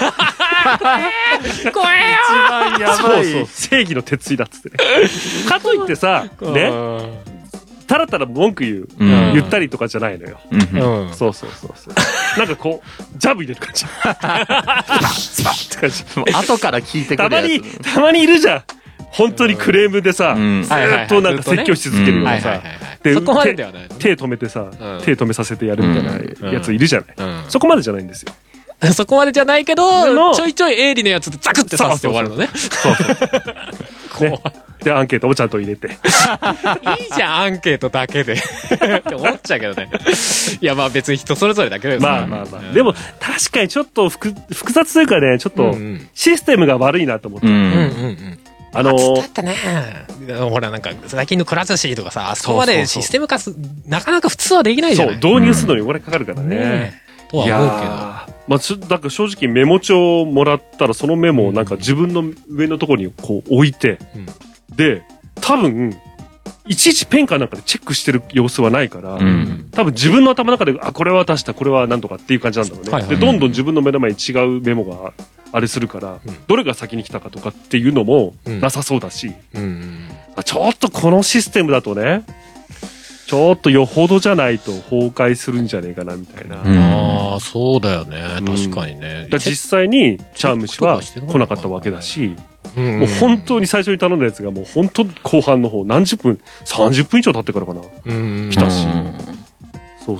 Speaker 3: 怖えよ
Speaker 2: 一番やばい。そう。正義の鉄槌だっつってね。かといってさ、ね。たらたら文句言ったりとかじゃないのよ。そう。なんかこう、ジャブ入れる感じ。スパッって感じ。
Speaker 4: 後から聞いてくるやつ。
Speaker 2: たまにいるじゃん。本当にクレームでさ、ずっとなんか説教し続けるようなさ、
Speaker 3: そこまでではない。
Speaker 2: 手止めてさ、手止めさせてやるみたいなやついるじゃない。そこまでじゃないんですよ。
Speaker 3: そこまでじゃないけど、ちょいちょい鋭利なやつでザクってさせて終わるのね。
Speaker 2: そう。で、アンケートもちゃんと入れて。いい
Speaker 3: じゃん、アンケートだけで。って思っちゃうけどね。いや、まあ別に人それぞれだけど
Speaker 2: まあ。でも、確かにちょっと複雑というかね、ちょっと、システムが悪いなと思って。
Speaker 3: だってね、ほらなんか最近のくら寿司とかさ、あそこまでシステム化なかなか普通はできないじゃない。
Speaker 2: そう、導入するのにお金かかるからね。
Speaker 3: とは思うけど。
Speaker 2: まあ、なんか正直メモ帳をもらったらそのメモをなんか自分の上のところにこう置いて、で、多分、いちいちペンかなんかでチェックしてる様子はないから、多分自分の頭の中で、あ、これは出した、これはなんとかっていう感じなんだろうね。で、どんどん自分の目の前に違うメモがあれするから、どれが先に来たかとかっていうのもなさそうだし、ちょっとこのシステムだとね、ちょっとよほどじゃないと崩壊するんじゃねえかなみたいな。
Speaker 3: ああ、そうだよね。確かにね。
Speaker 2: 実際にチャーム氏は来なかったわけだし、もう本当に最初に頼んだやつがもう本当後半の方何十分、30分以上経ってからかな。来たし。そう。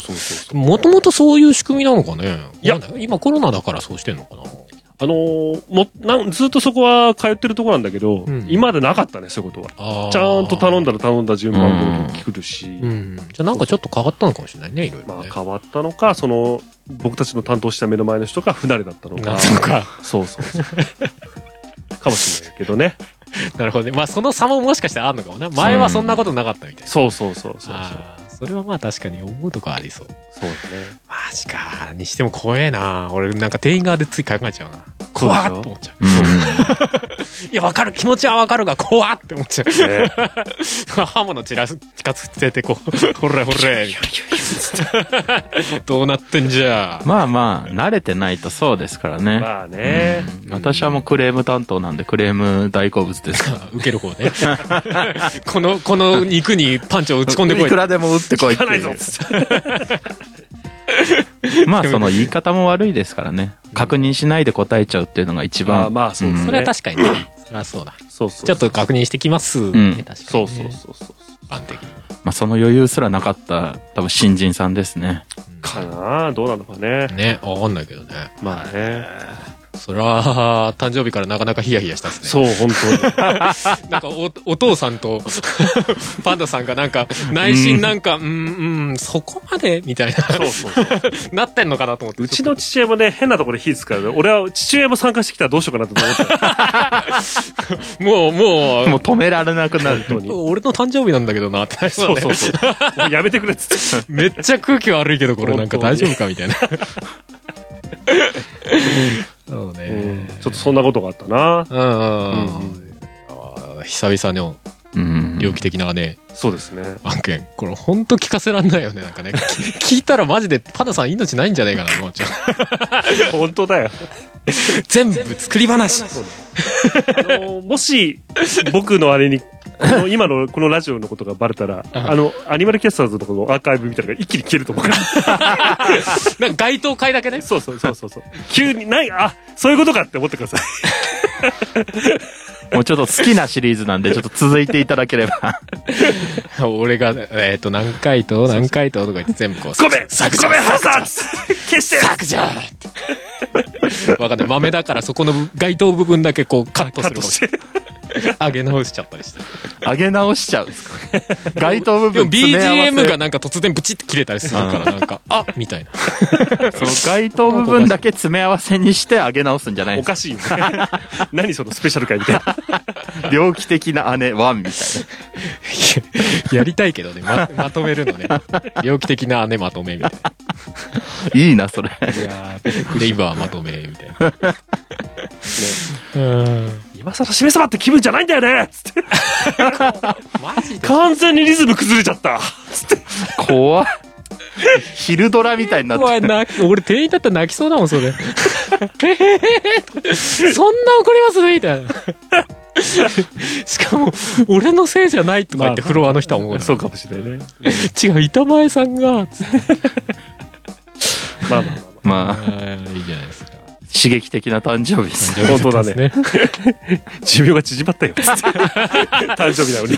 Speaker 3: もともとそういう仕組みなのかね。いや、今コロナだからそうしてんのかな。
Speaker 2: ずっとそこは通ってるとこなんだけど、今までなかったね、そういうことは。ちゃんと頼んだら頼んだ順番も来るし。じ
Speaker 3: ゃあなんかちょっと変わったのかもしれないね、いろいろ。
Speaker 2: まあ変わったのか、僕たちの担当した目の前の人が不慣れだったのか。そう。かもしれないけどね。
Speaker 3: なるほどね。まあその差ももしかしたらあるのかもな。前はそんなことなかったみたいな。
Speaker 2: そう。
Speaker 3: それはまあ確かに思うとこありそう。
Speaker 2: そうだね。
Speaker 3: マジか。にしても怖えな。俺なんか店員側でつい考えちゃうな。怖っと思っちゃう。いや、わかる。気持ちはわかるが、怖っって思っちゃう。刃物近づけてこう、ほれほれ。どうなってんじゃ。
Speaker 4: まあ、慣れてないとそうですからね。
Speaker 2: まあね。
Speaker 4: 私はもうクレーム担当なんで、クレーム大好物ですから。
Speaker 3: 受ける方ね。この肉にパンチを打ち込んでこい。
Speaker 4: いくらでも打ってこいって。まあその言い方も悪いですからね。確認しないで答えちゃうっていうのが一番。
Speaker 2: まあそうですね。
Speaker 3: それは確かにね。それはそうだ。そう。ちょっと確認してきます。確かに。
Speaker 2: そう。
Speaker 3: 般的に。
Speaker 4: まあその余裕すらなかった多分新人さんですね。
Speaker 2: かな、どうなのかね。
Speaker 3: ね、わかんないけどね。
Speaker 2: まあね。
Speaker 3: それは、誕生日からなかなかヒヤヒヤしたっすね。
Speaker 2: そう、本当に。
Speaker 3: なんかお父さんとパンダさんがなんか、内心なんか、そこまでみたいな。そう。なってんのかなと思って。
Speaker 2: うちの父親もね、変なところで火つくからね。俺は父親も参加してきたらどうしようかなと思った。
Speaker 3: もう
Speaker 4: 止められなくなる。
Speaker 3: 俺の誕生日なんだけどなって。
Speaker 2: そう。やめてくれっつって。
Speaker 3: めっちゃ空気悪いけど、これなんか大丈夫かみたいな。そうね。
Speaker 2: ちょっとそんなことがあったな。
Speaker 3: 久々の猟奇的なね。
Speaker 2: そうですね。
Speaker 3: 案件。これほんと聞かせらんないよね、なんかね。聞いたらマジでパンダさん命ないんじゃないかなと思っちゃ
Speaker 2: う。本当だよ。
Speaker 3: 全部作り話。
Speaker 2: もし、僕のあれに、今のこのラジオのことがバレたら、アニマルキャスターズのこのアーカイブみたいなのが一気に消えると思うから。
Speaker 3: なんか街頭会だけね。
Speaker 2: そう。急に、そういうことかって思ってください。
Speaker 4: もうちょっと好きなシリーズなんで、ちょっと続いていただければ。
Speaker 3: 俺が、何回ととか言って全部こう、
Speaker 2: ごめんハサ消して
Speaker 3: 削除わかんない。豆だからそこの該当部分だけこうカットするかもしれない。上げ直しちゃったりして。
Speaker 4: 上げ直しちゃうんですか該当部分詰め合わせ。
Speaker 3: BGM がなんか突然ブチって切れたりするからなんか、あみたいな。
Speaker 4: その該当部分だけ詰め合わせにして上げ直すんじゃないですか。
Speaker 2: おかしいよね。何そのスペシャル回みたいな。
Speaker 4: 猟奇的な姉1みたい
Speaker 3: な。やりたいけどね、まとめるのね。猟奇的な姉まとめみたいな。
Speaker 4: いいな、それ。い
Speaker 3: やで、今はまとめ、みたいな。
Speaker 2: 今更しめさまって気分じゃないんだよねつって。
Speaker 3: マジで
Speaker 2: 完全にリズム崩れちゃったつって。
Speaker 4: 怖っ。昼ドラみたいになって
Speaker 3: 俺店員だったら泣きそうだもん、それ。そんな怒りますみたいな。しかも、俺のせいじゃないとか言ってフロアの人は思う。
Speaker 2: そうかもしれないね。
Speaker 3: 違う、板前さんが、
Speaker 4: まあ、
Speaker 3: いいじゃないですか。
Speaker 4: 刺激的な誕生日です。
Speaker 2: 本当だね。寿命が縮まったよ。誕生日なのに。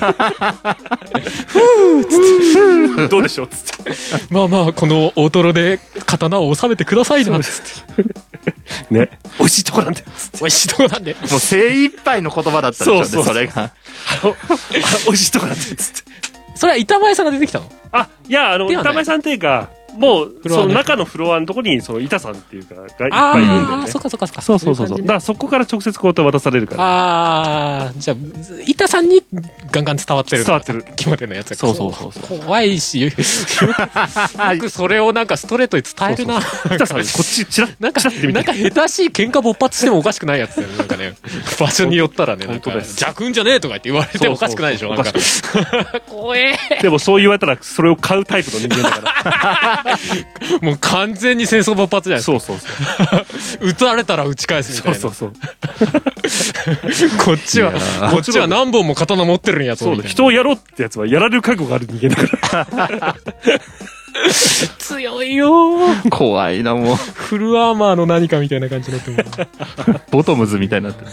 Speaker 2: どうでしょうつって。
Speaker 3: まあまあ、この大トロで刀を収めてくださいな。つって。
Speaker 2: ね。美味しいとこなんで。
Speaker 3: 美味しいとこなんで。
Speaker 4: もう精一杯の言葉だったんでしょうね、それが。
Speaker 2: 美味しいとこなんで。つって。
Speaker 3: それは板前さんが出てきたの？
Speaker 2: あ、いや、板前さんっていうか、もう、その中のフロアのところに、その板さんっていうか、がいっぱいいるんだよね。
Speaker 3: ああ、そっか。
Speaker 2: そう。だからそこから直接こう渡されるから。
Speaker 3: ああ、じゃあ、板さんにガンガン伝わってる。
Speaker 2: 伝わってる。
Speaker 3: 決まってるのやつ。
Speaker 4: そう。
Speaker 3: 怖いし、よくそれをなんかストレートに伝えるな。
Speaker 2: 板さんにこっちチラッ
Speaker 3: なんか下手しい喧嘩勃発してもおかしくないやつだよね。なんかね、場所によったらね、なんか、弱君じゃねえとか言って言われてもおかしくないでしょ。なんか、怖え。
Speaker 2: でもそう言われたら、それを買うタイプの人間だから。
Speaker 3: もう完全に戦争勃発じゃないですか。
Speaker 2: そう。
Speaker 3: 撃たれたら撃ち返すみたいな。
Speaker 2: そう。
Speaker 3: こっちは何本も刀持ってるんやつ。
Speaker 2: そうだ。人をやろうってやつはやられる覚悟がある人間だから。
Speaker 3: 強いよー。
Speaker 4: 怖いな、もう。
Speaker 3: フルアーマーの何かみたいな感じになってる。
Speaker 4: ボトムズみたいになってる。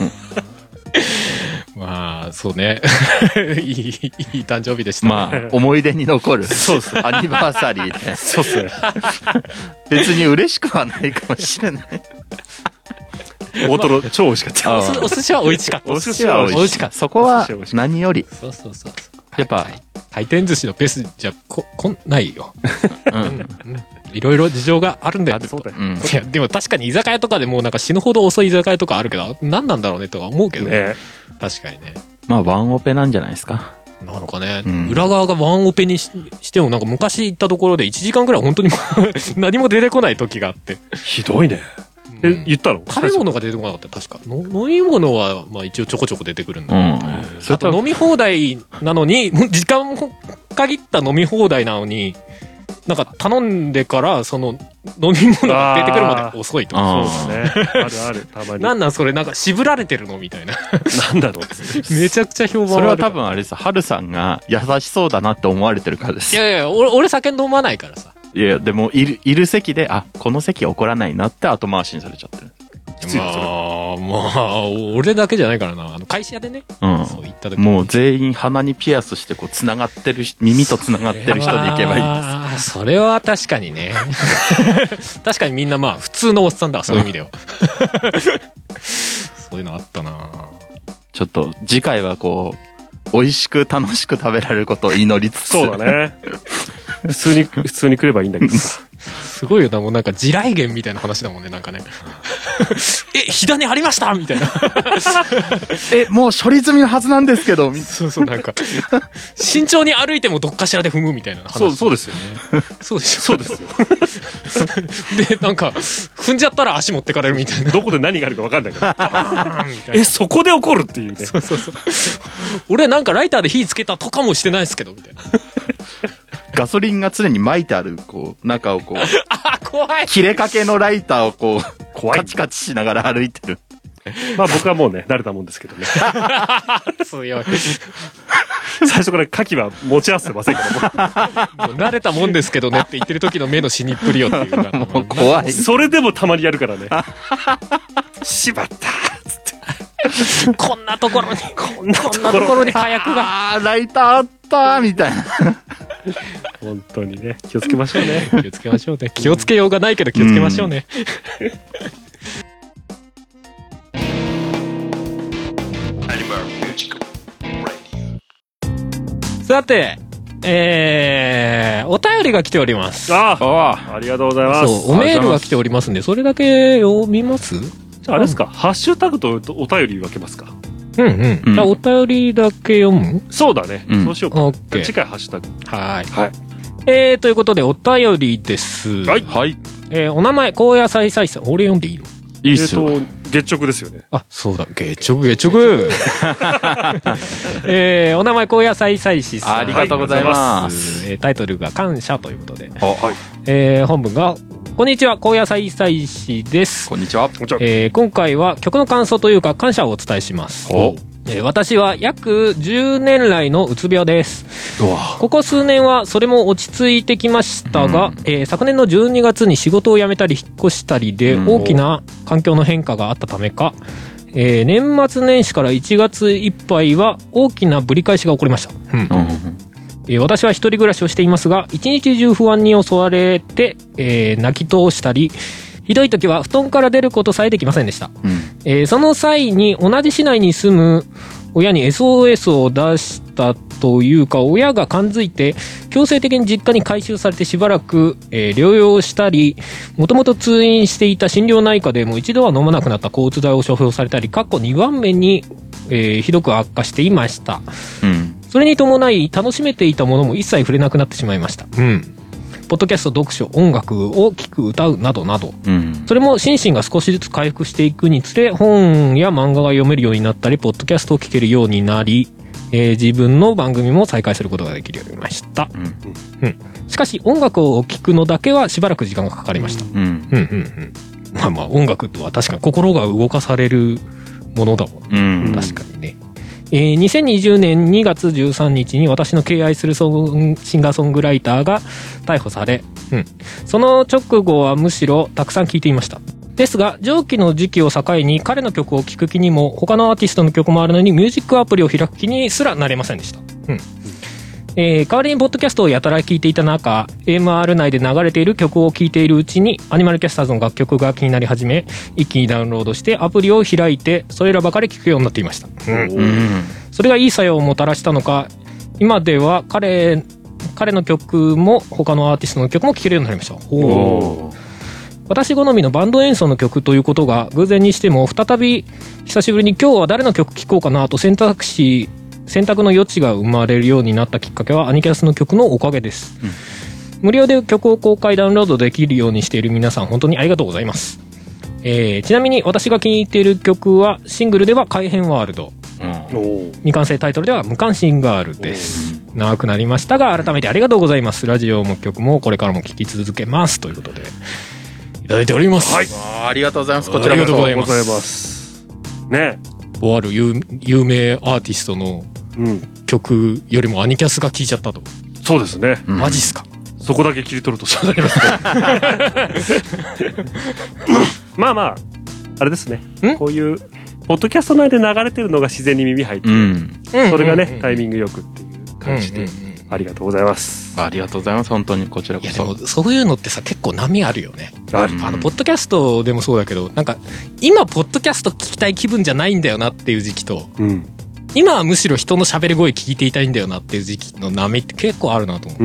Speaker 3: まあ、そうね。いい誕生日でした、ね。
Speaker 4: まあ、思い出に残る。
Speaker 2: そうっす。
Speaker 4: アニバーサリーで。
Speaker 2: そうっすね。
Speaker 4: 別に嬉しくはないかもしれない。
Speaker 2: 大トロ、超美味しかった。
Speaker 3: お寿司は美味しかった。
Speaker 4: お寿司は美味しかった。そこは何より。
Speaker 3: そう。
Speaker 4: やっぱ、
Speaker 3: 回転寿司のペースじゃ、ないよ。いろいろ事情があるんだよ。
Speaker 2: そうだよ。
Speaker 3: いや、でも確かに居酒屋とかでもうなんか死ぬほど遅い居酒屋とかあるけど、何なんだろうねとは思うけどね。確かにね。
Speaker 4: まあ、ワンオペなんじゃないですか。
Speaker 3: なのかね。裏側がワンオペにしてもなんか昔行ったところで1時間くらい本当に何も出てこない時があって。
Speaker 2: ひどいね。言ったの？
Speaker 3: 食べ物が出てこなかった確か。飲み物はまあ一応ちょこちょこ出てくるんだけど。あと飲み放題なのに、時間も限った飲み放題なのに、なんか頼んでからその飲み物が出てくるまで遅いとか。
Speaker 2: そうだね。あるたまに。
Speaker 3: なんそれなんか渋られてるのみたいな。
Speaker 2: なんだろう。
Speaker 3: めちゃくちゃ評判悪い。
Speaker 4: それは多分あれです。ハルさんが優しそうだなって思われてるからです。
Speaker 3: いや俺酒飲まないからさ。
Speaker 4: いやでもいる席でこの席怒らないなって後回しにされちゃってる。
Speaker 3: まあ俺だけじゃないからな。会社でね。そう言った時
Speaker 4: もう全員鼻にピアスしてこう繋がってる耳と繋がってる人に行けばいいです。
Speaker 3: それは確かにね。確かにみんなまあ普通のおっさんだ。そういう意味では。そういうのあったな。
Speaker 4: ちょっと次回はこう美味しく楽しく食べられることを祈りつつ。
Speaker 2: そうだね。普通に来ればいいんだけどさ。
Speaker 3: すごいよな、もうなんか地雷原みたいな話だもんね、なんかね。火種ありましたみたいな。
Speaker 4: もう処理済みのはずなんですけど。
Speaker 3: そう、なんか、慎重に歩いてもどっかしらで踏むみたいな話。
Speaker 2: そうですよね。
Speaker 3: そうでしょ。
Speaker 2: そうですよ。
Speaker 3: で、なんか、踏んじゃったら足持ってかれるみたいな。
Speaker 2: どこで何があるか分かんないから。そこで起こるっていうね。
Speaker 3: そう。俺なんかライターで火つけたとかもしてないですけど、みたいな。
Speaker 4: ガソリンが常に巻いてある、こう、中をこう。
Speaker 3: 怖い。
Speaker 4: 切れかけのライターをこう、カチカチしながら歩いてる。
Speaker 2: まあ僕はもうね、慣れたもんですけどね。
Speaker 3: 強い。
Speaker 2: 最初から牡蠣は持ち合わせてませんから
Speaker 3: もう慣れたもんですけどねって言ってる時の目の死にっぷりよっていうか。
Speaker 4: もう怖い。
Speaker 2: それでもたまにやるからね。しまったーっつって。
Speaker 3: こんなところに、こんなところに火薬が。
Speaker 4: ライターあったみたいな。
Speaker 2: 本当にね、気をつけましょうね。
Speaker 3: 気をつけましょうね。気をつけようがないけど気をつけましょうね。さて、お便りが来ております。
Speaker 2: ありがとうございます。
Speaker 3: そう、おメールが来ておりますんで、それだけ読みます？
Speaker 2: じゃあ、あれですか、ハッシュタグとお便り分けますか。
Speaker 3: じゃあ、お便りだけ読む？
Speaker 2: そうだね。そうしようか。次回ハッシュタグ。
Speaker 3: はい。ということで、お便りです。
Speaker 2: はい。
Speaker 3: お名前、高野菜菜さん。俺読んでいいの？
Speaker 2: いいっすよ。月直ですよね。
Speaker 3: あ、そうだ、月直。お名前、高野菜菜師さん。
Speaker 4: ありがとうございます。
Speaker 3: タイトルが感謝ということで。
Speaker 2: はい。
Speaker 3: 本文が、こんにちは、高野菜菜師です。
Speaker 4: こんにちは。
Speaker 3: 今回は曲の感想というか感謝をお伝えします。私は約10年来のうつ病です。ここ数年はそれも落ち着いてきましたが、昨年の12月に仕事を辞めたり引っ越したりで大きな環境の変化があったためか、年末年始から1月いっぱいは大きなぶり返しが起こりました。私は一人暮らしをしていますが、一日中不安に襲われて、泣き通したり、ひどい時は布団から出ることさえできませんでした。その際に同じ市内に住む親に SOS を出したというか、親が感づいて強制的に実家に回収されてしばらく、療養したり、もともと通院していた心療内科でも一度は飲まなくなった交通剤を処方されたり、過去2番目に、ひどく悪化していました。それに伴い楽しめていたものも一切触れなくなってしまいました。ポッドキャスト、読書、音楽を聴く、歌うなどなど、それも心身が少しずつ回復していくにつれ、本や漫画が読めるようになったり、ポッドキャストを聴けるようになり、自分の番組も再開することができるようになりました。しかし音楽を聴くのだけはしばらく時間がかかりました。まあ音楽とは確かに心が動かされるものだもん。確かにね。2020年2月13日に私の敬愛するシンガーソングライターが逮捕され、その直後はむしろたくさん聴いていました。ですが上記の時期を境に彼の曲を聴く気にも他のアーティストの曲もあるのにミュージックアプリを開く気にすらなれませんでした。代わりにポッドキャストをやたら聴いていた中、 AMR 内で流れている曲を聴いているうちにアニマルキャスターズの楽曲が気になり始め、一気にダウンロードしてアプリを開いてそれらばかり聴くようになっていました。それがいい作用をもたらしたのか、今では彼の曲も他のアーティストの曲も聴けるようになりました。私好みのバンド演奏の曲ということが偶然にしても、再び久しぶりに今日は誰の曲聴こうかなと選択の余地が生まれるようになったきっかけはアニキャスの曲のおかげです。無料で曲を公開ダウンロードできるようにしている皆さん本当にありがとうございます。ちなみに私が気に入っている曲はシングルでは改変ワールド、未完成タイトルでは無関心ガールです。長くなりましたが改めてありがとうございます。ラジオも曲もこれからも聴き続けますということでいただいております。
Speaker 4: ありがとうございます。こちらこそ
Speaker 2: ありがとうございますね。
Speaker 3: とある有名アーティストの曲よりもアニキャスが聴いちゃったと。
Speaker 2: そうですね。
Speaker 3: マジっすか。
Speaker 2: そこだけ切り取るとそうなりますまああれですね、こういうポッドキャスト内で流れてるのが自然に耳入って、それがねタイミングよくっていう感じで、ありがとうございます。
Speaker 4: ありがとうございます。本当にこちらこそ。
Speaker 3: いやでもそういうのってさ結構波あるよね。ポッドキャストでもそうだけど、なんか今ポッドキャスト聞きたい気分じゃないんだよなっていう時期と、今はむしろ人の喋り声聞いていたいんだよなっていう時期の波って結構あるなと思って、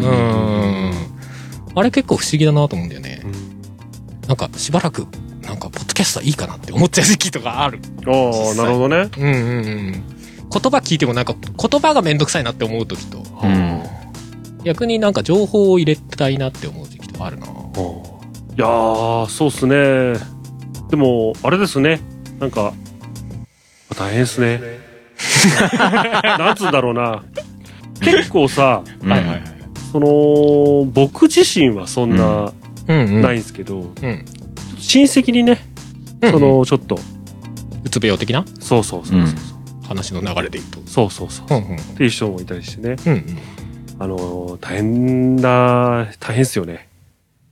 Speaker 3: あれ結構不思議だなと思うんだよね。なんかしばらくなんかポッドキャストはいいかなって思っちゃう時期とかある。
Speaker 2: なるほどね。
Speaker 3: 言葉聞いてもなんか言葉がめんどくさいなって思う時と、逆になんか情報を入れたいなって思う時期とかあるな。い
Speaker 2: やーそうっすね。でもあれですね、なんか大変ですねなんつうんだろうな、結構さ、その僕自身はそんなないんですけど、親戚にね、そのちょっと
Speaker 3: うつ病的な、
Speaker 2: そう
Speaker 3: 話の流れで言うと、
Speaker 2: そうっていう人もいたりしてね、大変っすよね。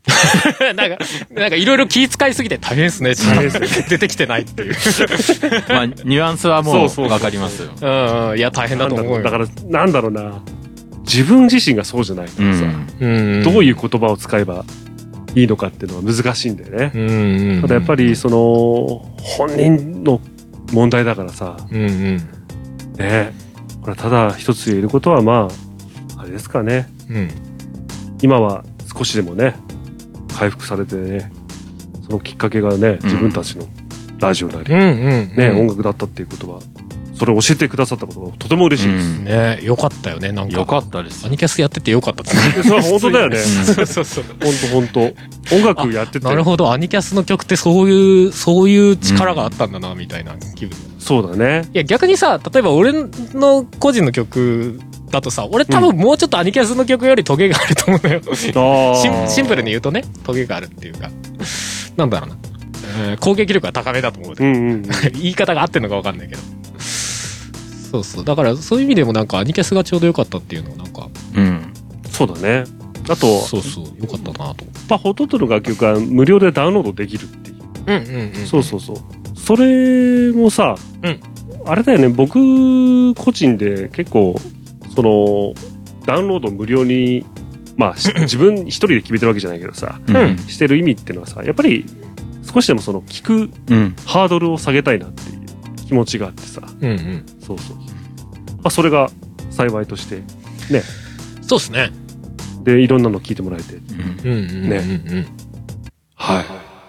Speaker 3: なんかいろいろ気遣いすぎて大変ですね。出てきてないっていう。
Speaker 4: まあ、ニュアンスはもうわかりますよ。
Speaker 3: うん。いや、大変だと思うよ。
Speaker 2: だから、なんだろうな。自分自身がそうじゃないからさ、どういう言葉を使えばいいのかっていうのは難しいんだよね。ただやっぱり、その、本人の問題だからさ、ね、これただ一つ言えることは、まあ、あれですかね。今は少しでもね、回復されてね、そのきっかけがね、自分たちのラジオなり、ね、音楽だったっていうことは、それを教えてくださったことがとても嬉しいです。
Speaker 3: ね、よかったよね、なんか。
Speaker 4: よかったです。
Speaker 3: アニキャスやっててよかったですね。
Speaker 2: それは本当だよね。
Speaker 3: そう。
Speaker 2: 本当。音楽やってて。
Speaker 3: なるほど、アニキャスの曲ってそういう力があったんだな、みたいな気分。
Speaker 2: そうだね。
Speaker 3: いや、逆にさ、例えば俺の個人の曲だとさ、俺多分もうちょっとアニキャスの曲よりトゲがあると思うのよ。シンプルに言うとね、トゲがあるっていうか。なんだろうな。攻撃力が高めだと思う。言い方が合ってんのか分かんないけど。そう。だからそういう意味でもなんかアニキャスがちょうど良かったっていうのはなんか。
Speaker 2: そうだね。あと、
Speaker 3: そう、良かったなと。
Speaker 2: ほとんどの楽曲は無料でダウンロードできるっていう。そう。それもさ、あれだよね、僕個人で結構、その、ダウンロード無料に、まあ、自分一人で決めてるわけじゃないけどさ、してる意味っていうのはさ、やっぱり少しでもその聞くハードルを下げたいなっていう気持ちがあってさ、そう。まあ、それが幸いとして、ね。
Speaker 3: そうですね。
Speaker 2: で、いろんなの聞いてもらえて、ね。はい。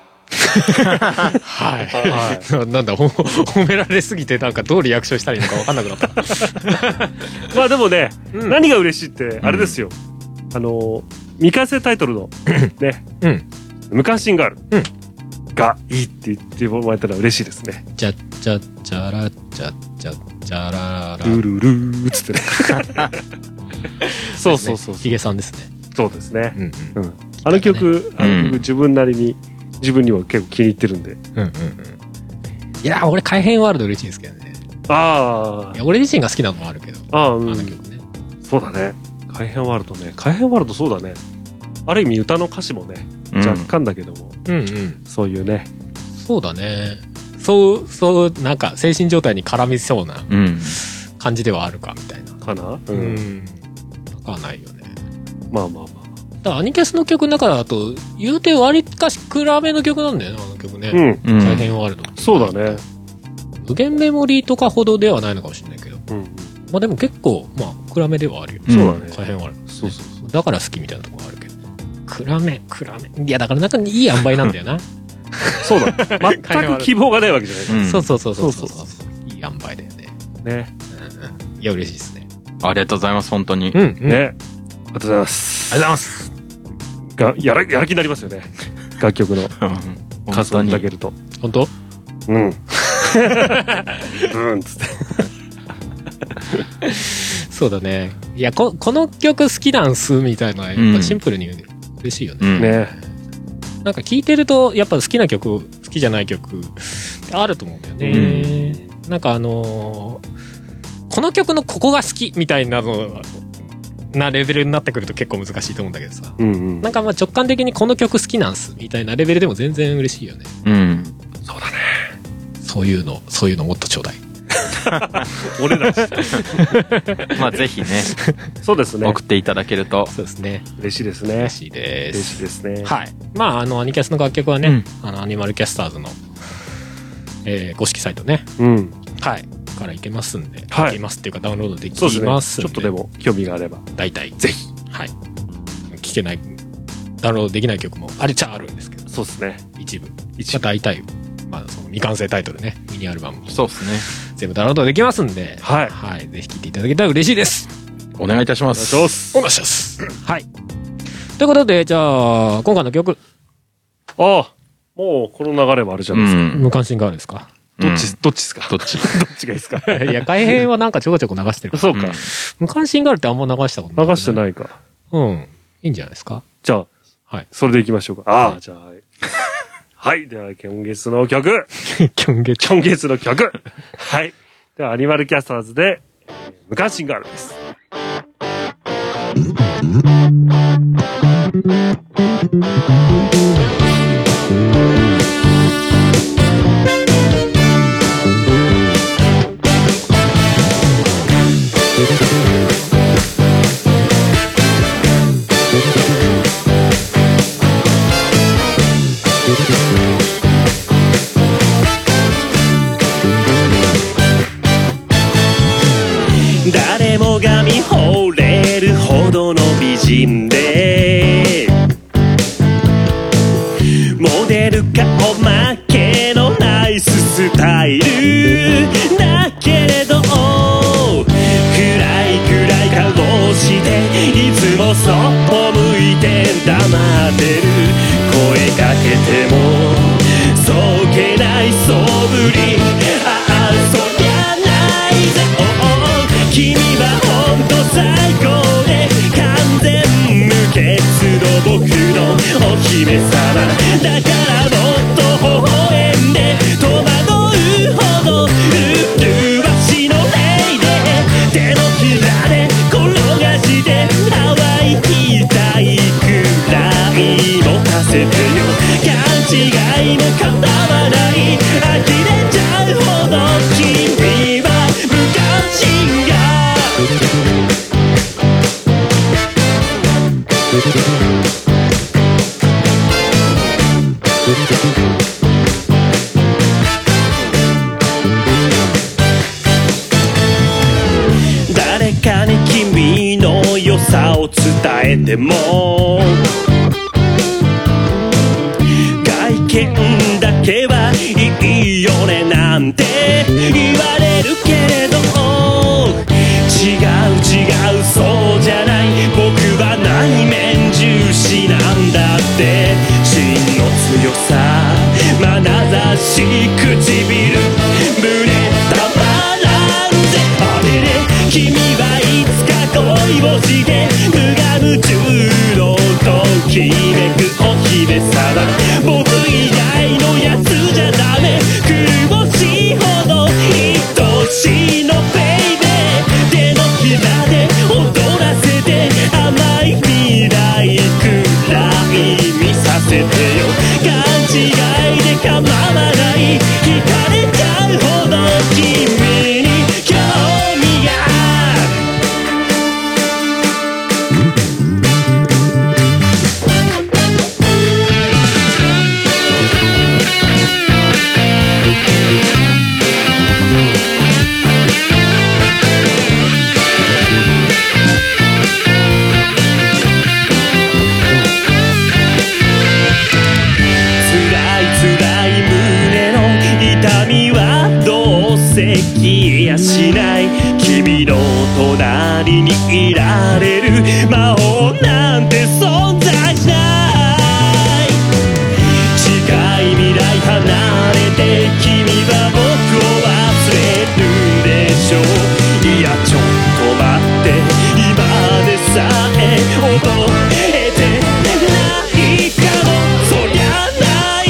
Speaker 3: なんだ、褒められすぎてなんかどうリアクションしたらいいのか分かんなくなった。
Speaker 2: まあでもね、何が嬉しいって、あれですよ。未完成タイトルの、ね、無関心ガールがいいって言ってもらえたら嬉しいですね。
Speaker 3: じゃら、じゃらら。
Speaker 2: ルルルーっつってね。そう。
Speaker 3: ヒゲさんですね。
Speaker 2: そうですね。あの曲自分なりに、自分には結構気に入ってるんで。
Speaker 3: いや、俺、改変ワールド嬉しいですけどね。いや、俺自身が好きなのもあるけど。あの曲ね。
Speaker 2: そうだね。改変ワールドね。改変ワールドそうだね。ある意味歌の歌詞もね、若干だけども。そういうね。
Speaker 3: そうだね。そう、なんか精神状態に絡みそうな感じではあるか、みたいな。
Speaker 2: かな？
Speaker 3: かないよね。
Speaker 2: まあ。
Speaker 3: だからアニキャスの曲の中だと、言うて割かし暗めの曲なんだよね、あの曲ね。改変ワールド。
Speaker 2: そうだね。
Speaker 3: 無限メモリーとかほどではないのかもしれないけど。まあでも結構、まあ、暗めではあるよ。
Speaker 2: そうだね。
Speaker 3: 改変ワールド。
Speaker 2: そう。
Speaker 3: だから好きみたいなところあるけど。暗め。いや、だからなんかいい塩梅なんだよな。
Speaker 2: そうだ。全く希望がないわけじゃない。
Speaker 3: そう。いい塩梅だよね。
Speaker 2: ね。
Speaker 3: いや、嬉しいですね。
Speaker 4: ありがとうございます、本当に。
Speaker 2: ね。ありがとうございます。やる気になりますよね。楽曲の感想をいただけると。
Speaker 3: 本当？
Speaker 2: つって。
Speaker 3: そうだね。いや、この曲好きなんすみたいなのはやっぱシンプルに嬉しいよね。なんか聴いてるとやっぱ好きな曲、好きじゃない曲あると思うんだよね。なんかこの曲のここが好きみたいなのなレベルになってくると結構難しいと思うんだけどさ。なんかまあ直感的にこの曲好きなんすみたいなレベルでも全然嬉しいよね。
Speaker 2: そうだね。
Speaker 3: そういうのもっとちょうだい。
Speaker 2: 俺たち。
Speaker 4: まあぜひね。
Speaker 2: そうですね。
Speaker 4: 送っていただけると。
Speaker 3: そうですね。
Speaker 2: 嬉しいですね。
Speaker 3: 嬉しいです。
Speaker 2: 嬉しいですね。
Speaker 3: はい。まあアニキャスの楽曲はね、アニマルキャスターズの、公式サイトね。はい。からいけますんで。いけますっていうかダウンロードできますんで。
Speaker 2: ちょっとでも興味があれば。
Speaker 3: 大体。ぜひ。はい。聴けない、ダウンロードできない曲もあるっちゃあるんですけど。
Speaker 2: そうですね。
Speaker 3: 一部。大体。まあ、その未完成タイトルね、ミニアルバム。
Speaker 4: そうですね。
Speaker 3: 全部ダウンロードできますんで、
Speaker 2: はい。
Speaker 3: ぜひ聴いていただけたら嬉しいです。
Speaker 4: お願いいたします。
Speaker 3: お願いします。はい。ということで、じゃあ、今回の曲。
Speaker 2: もう、この流れもあるじゃないですか。
Speaker 3: 無関心があるんですか？
Speaker 2: どっちですか？どっちがいいですか？
Speaker 3: いや、改編はなんかちょこちょこ流してるから。
Speaker 2: そうか。
Speaker 3: 無関心があるってあんま流したことない。
Speaker 2: 流してないか。
Speaker 3: いいんじゃないですか？
Speaker 2: じゃあ、はい。それでいきましょうか。じゃあ、はい。では、今月の曲。今月の曲。はい。では、アニマルキャスターズで、無関心ガールです。
Speaker 5: 誰もが見惚れるほどの美人でモデル顔負けのナイススタイルだけれど暗い顔していつもそっぽ向いて黙ってる声かけてもそけない素振りああそりゃないぜ君はほんと最高で完全無欠の僕のお姫様だからもっと微笑んで戸惑うほど麗しのレイで手のひらで転がして淡い痛いくらい持たせてよ勘違いも叶わない呆れちゃうほど君は無関心が誰かに君の良さを伝えても外見だけはいいよねなんて言われるけれど違うそうじゃない僕は内面重視なんだって真の強さ眼差し唇胸たまらんぜあれれ君はいつか恋をして無我夢中のときめくお姫様僕以外のやつじゃダメ苦しいほど愛しいのベイベー手のひらで踊らせて甘い未来くらい見させてよ勘違いで構わない惹かれちゃうほど君に興味が消えやしない君の隣にいられる魔法なんて存在しない近い未来離れて君は僕を忘れるでしょういやちょっと待って今でさえ覚えてないかもそりゃない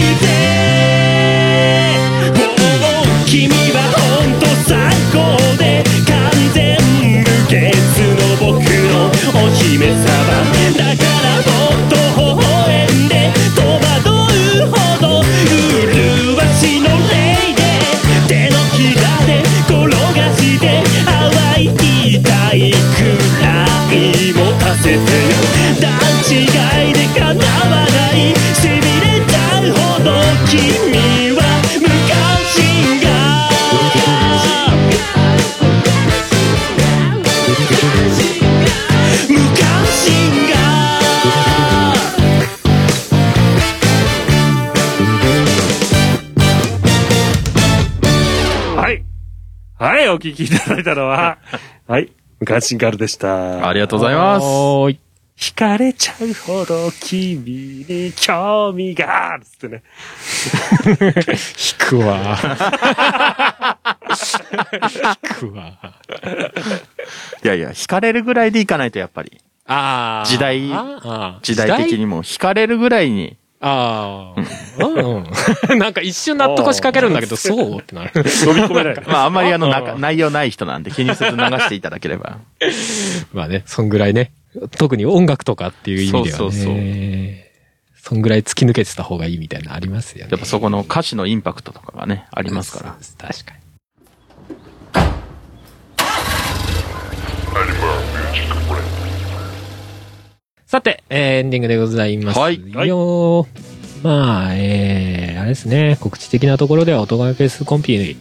Speaker 5: ぜ君は最高で完全無欠の僕のお姫様だからもっと微笑んで戸惑うほど麗しのレイで手のひらで転がして淡い痛いくらい持たせてよ段違いで叶わないしびれちゃうほど君は無関心がはい、お聞きいただいたのは、はい、無関心ガールでした。
Speaker 4: ありがとうございます。
Speaker 5: 惹かれちゃうほど君に興味があるっつってね。
Speaker 3: 引くわ。引くわ。
Speaker 4: いやいや、惹かれるぐらいでいかないとやっぱり。時代的にも惹かれるぐらいに。
Speaker 3: なんか一瞬納得しかけるんだけど、そうってなる。
Speaker 2: 飲み込めない。
Speaker 4: まああんまり内容ない人なんで気にせず流していただければ。
Speaker 3: まあね、そんぐらいね、 特に音楽とかっていう意味ではね。そんぐらい突き抜けてた方がいいみたいなのありますよね。
Speaker 4: やっぱそこの歌詞のインパクトとかがね、ありますから。
Speaker 3: 確かに。さて、エンディングでございますよ。はい。まあ、あれですね、告知的なところでは、音楽フェスコンピ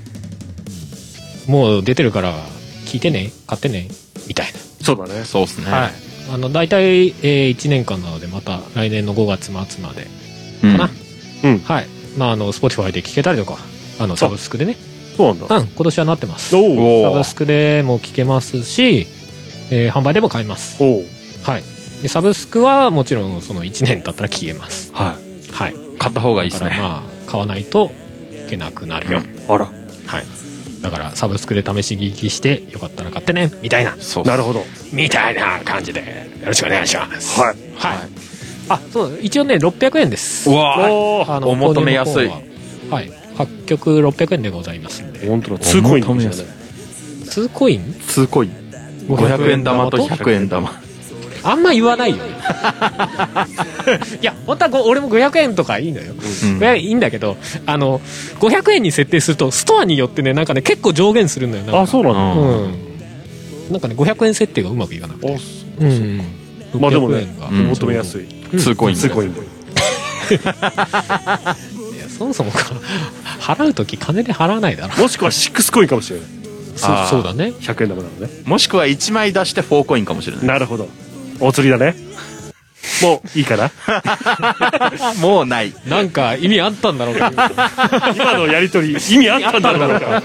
Speaker 3: もう出てるから、聞いてね、買ってね、みたいな。
Speaker 2: そうだね。
Speaker 4: そうですね。
Speaker 3: はい。大体、1年間なので、また来年の5月末まで、かな。
Speaker 2: うん。
Speaker 3: はい。まあ、Spotify で聞けたりとか、サブスクでね。
Speaker 2: そうなんだ。
Speaker 3: うん、今年はなってます。サブスクでも聞けますし、販売でも買えます。はい。で、サブスクはもちろん、その1年経ったら消えます。
Speaker 2: はい。
Speaker 3: はい。
Speaker 4: 買った方がいいですね。
Speaker 3: だからまあ、買わないといけなくなるよ。
Speaker 2: あら。
Speaker 3: はい。だから、サブスクで試し聞きして、よかったら買ってね、みたいな。
Speaker 2: そう。なるほど。
Speaker 3: みたいな感じで、よろしくお願いします。
Speaker 2: はい。
Speaker 3: はい。あ、そう、一応ね、600円です。
Speaker 4: うわぁ、お求めやすい。
Speaker 3: はい。8曲600円でございますんで。
Speaker 2: 本当だ。2コインかもしれない。
Speaker 3: 2コイン
Speaker 4: ?2 コイン。500円玉と100円玉。
Speaker 3: あんま言わないよ。いや、本当は俺も500円とかいいのよ。いいんだけど、500円に設定すると、ストアによってね、なんかね、結構上限するのよ。
Speaker 2: あ、そうなの？
Speaker 3: うん。なんかね、500円設定がうまくいかなくて。うん。
Speaker 2: まあでもね、求めやすい。
Speaker 4: 2コイン。
Speaker 2: 2コインで。
Speaker 3: いや、そもそも払うとき金で払わないだろ。
Speaker 2: もしくは6コインかもしれない。
Speaker 3: そうだね。
Speaker 2: 100円玉なのね。
Speaker 4: もしくは1枚出して4コインかもしれない。
Speaker 2: なるほど。お釣りだね。もういいかな。
Speaker 4: もうない。
Speaker 3: なんか意味あったんだろうか。
Speaker 2: 今のやりとり意味あったんだろうか。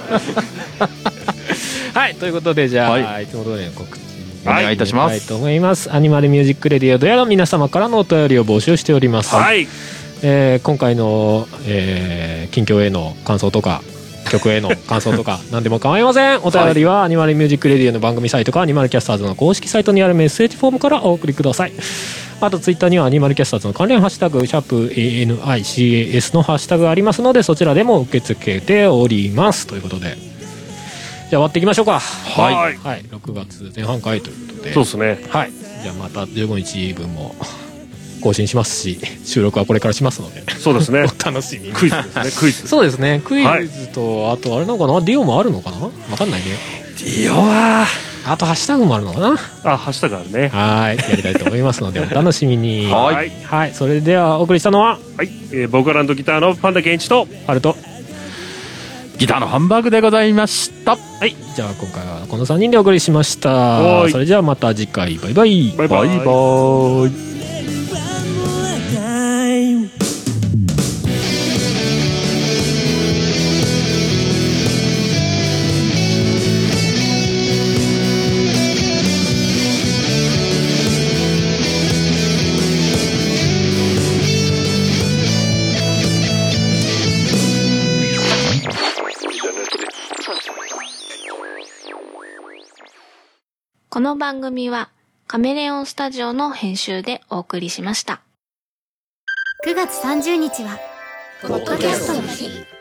Speaker 3: はい、ということでじゃあ、いつも通りの告知
Speaker 4: お願いいたします。
Speaker 3: と思います。アニマルミュージックレディオでは皆様からのお便りを募集しております。
Speaker 2: はい。
Speaker 3: 今回の、近況への感想とか曲への感想とか何でも構いません。お便りはアニマルミュージックレディオの番組サイトかアニマルキャスターズの公式サイトにあるメッセージフォームからお送りください。あとツイッターにはアニマルキャスターズの関連ハッシュタグ#ANICAS のハッシュタグがありますので、そちらでも受け付けておりますということで、じゃあ終わっていきましょうか。
Speaker 2: はい、
Speaker 3: はい、6月前半回ということで、
Speaker 2: そうですね。
Speaker 3: はい、じゃあまた15日分も更新しますし、収録はこれからしますので、
Speaker 2: そうですね。
Speaker 3: お楽しみに。
Speaker 2: クイズですね。クイズ。
Speaker 3: そうですね。クイズと、あとあれなのかな、ディオもあるのかな、わかんないね。
Speaker 2: ディオは
Speaker 3: あとハッシュタグもあるのかな。
Speaker 2: あ、ハッシュタグあるね。
Speaker 3: はい、やりたいと思いますのでお楽しみに。
Speaker 2: はい、
Speaker 3: はい、それではお送りしたのは、
Speaker 2: はい、ボーカル&ギターのパンダケンイチと
Speaker 3: ハルト、
Speaker 4: ギターのハンバーグでございました。
Speaker 3: はい、じゃあ今回はこの3人でお送りしました。それじゃあまた次回、バイバイ。
Speaker 2: バイバイ。バイバイ。
Speaker 6: この番組はカメレオンスタジオの編集でお送りしました。
Speaker 7: 9月30日はポッドキャストの日。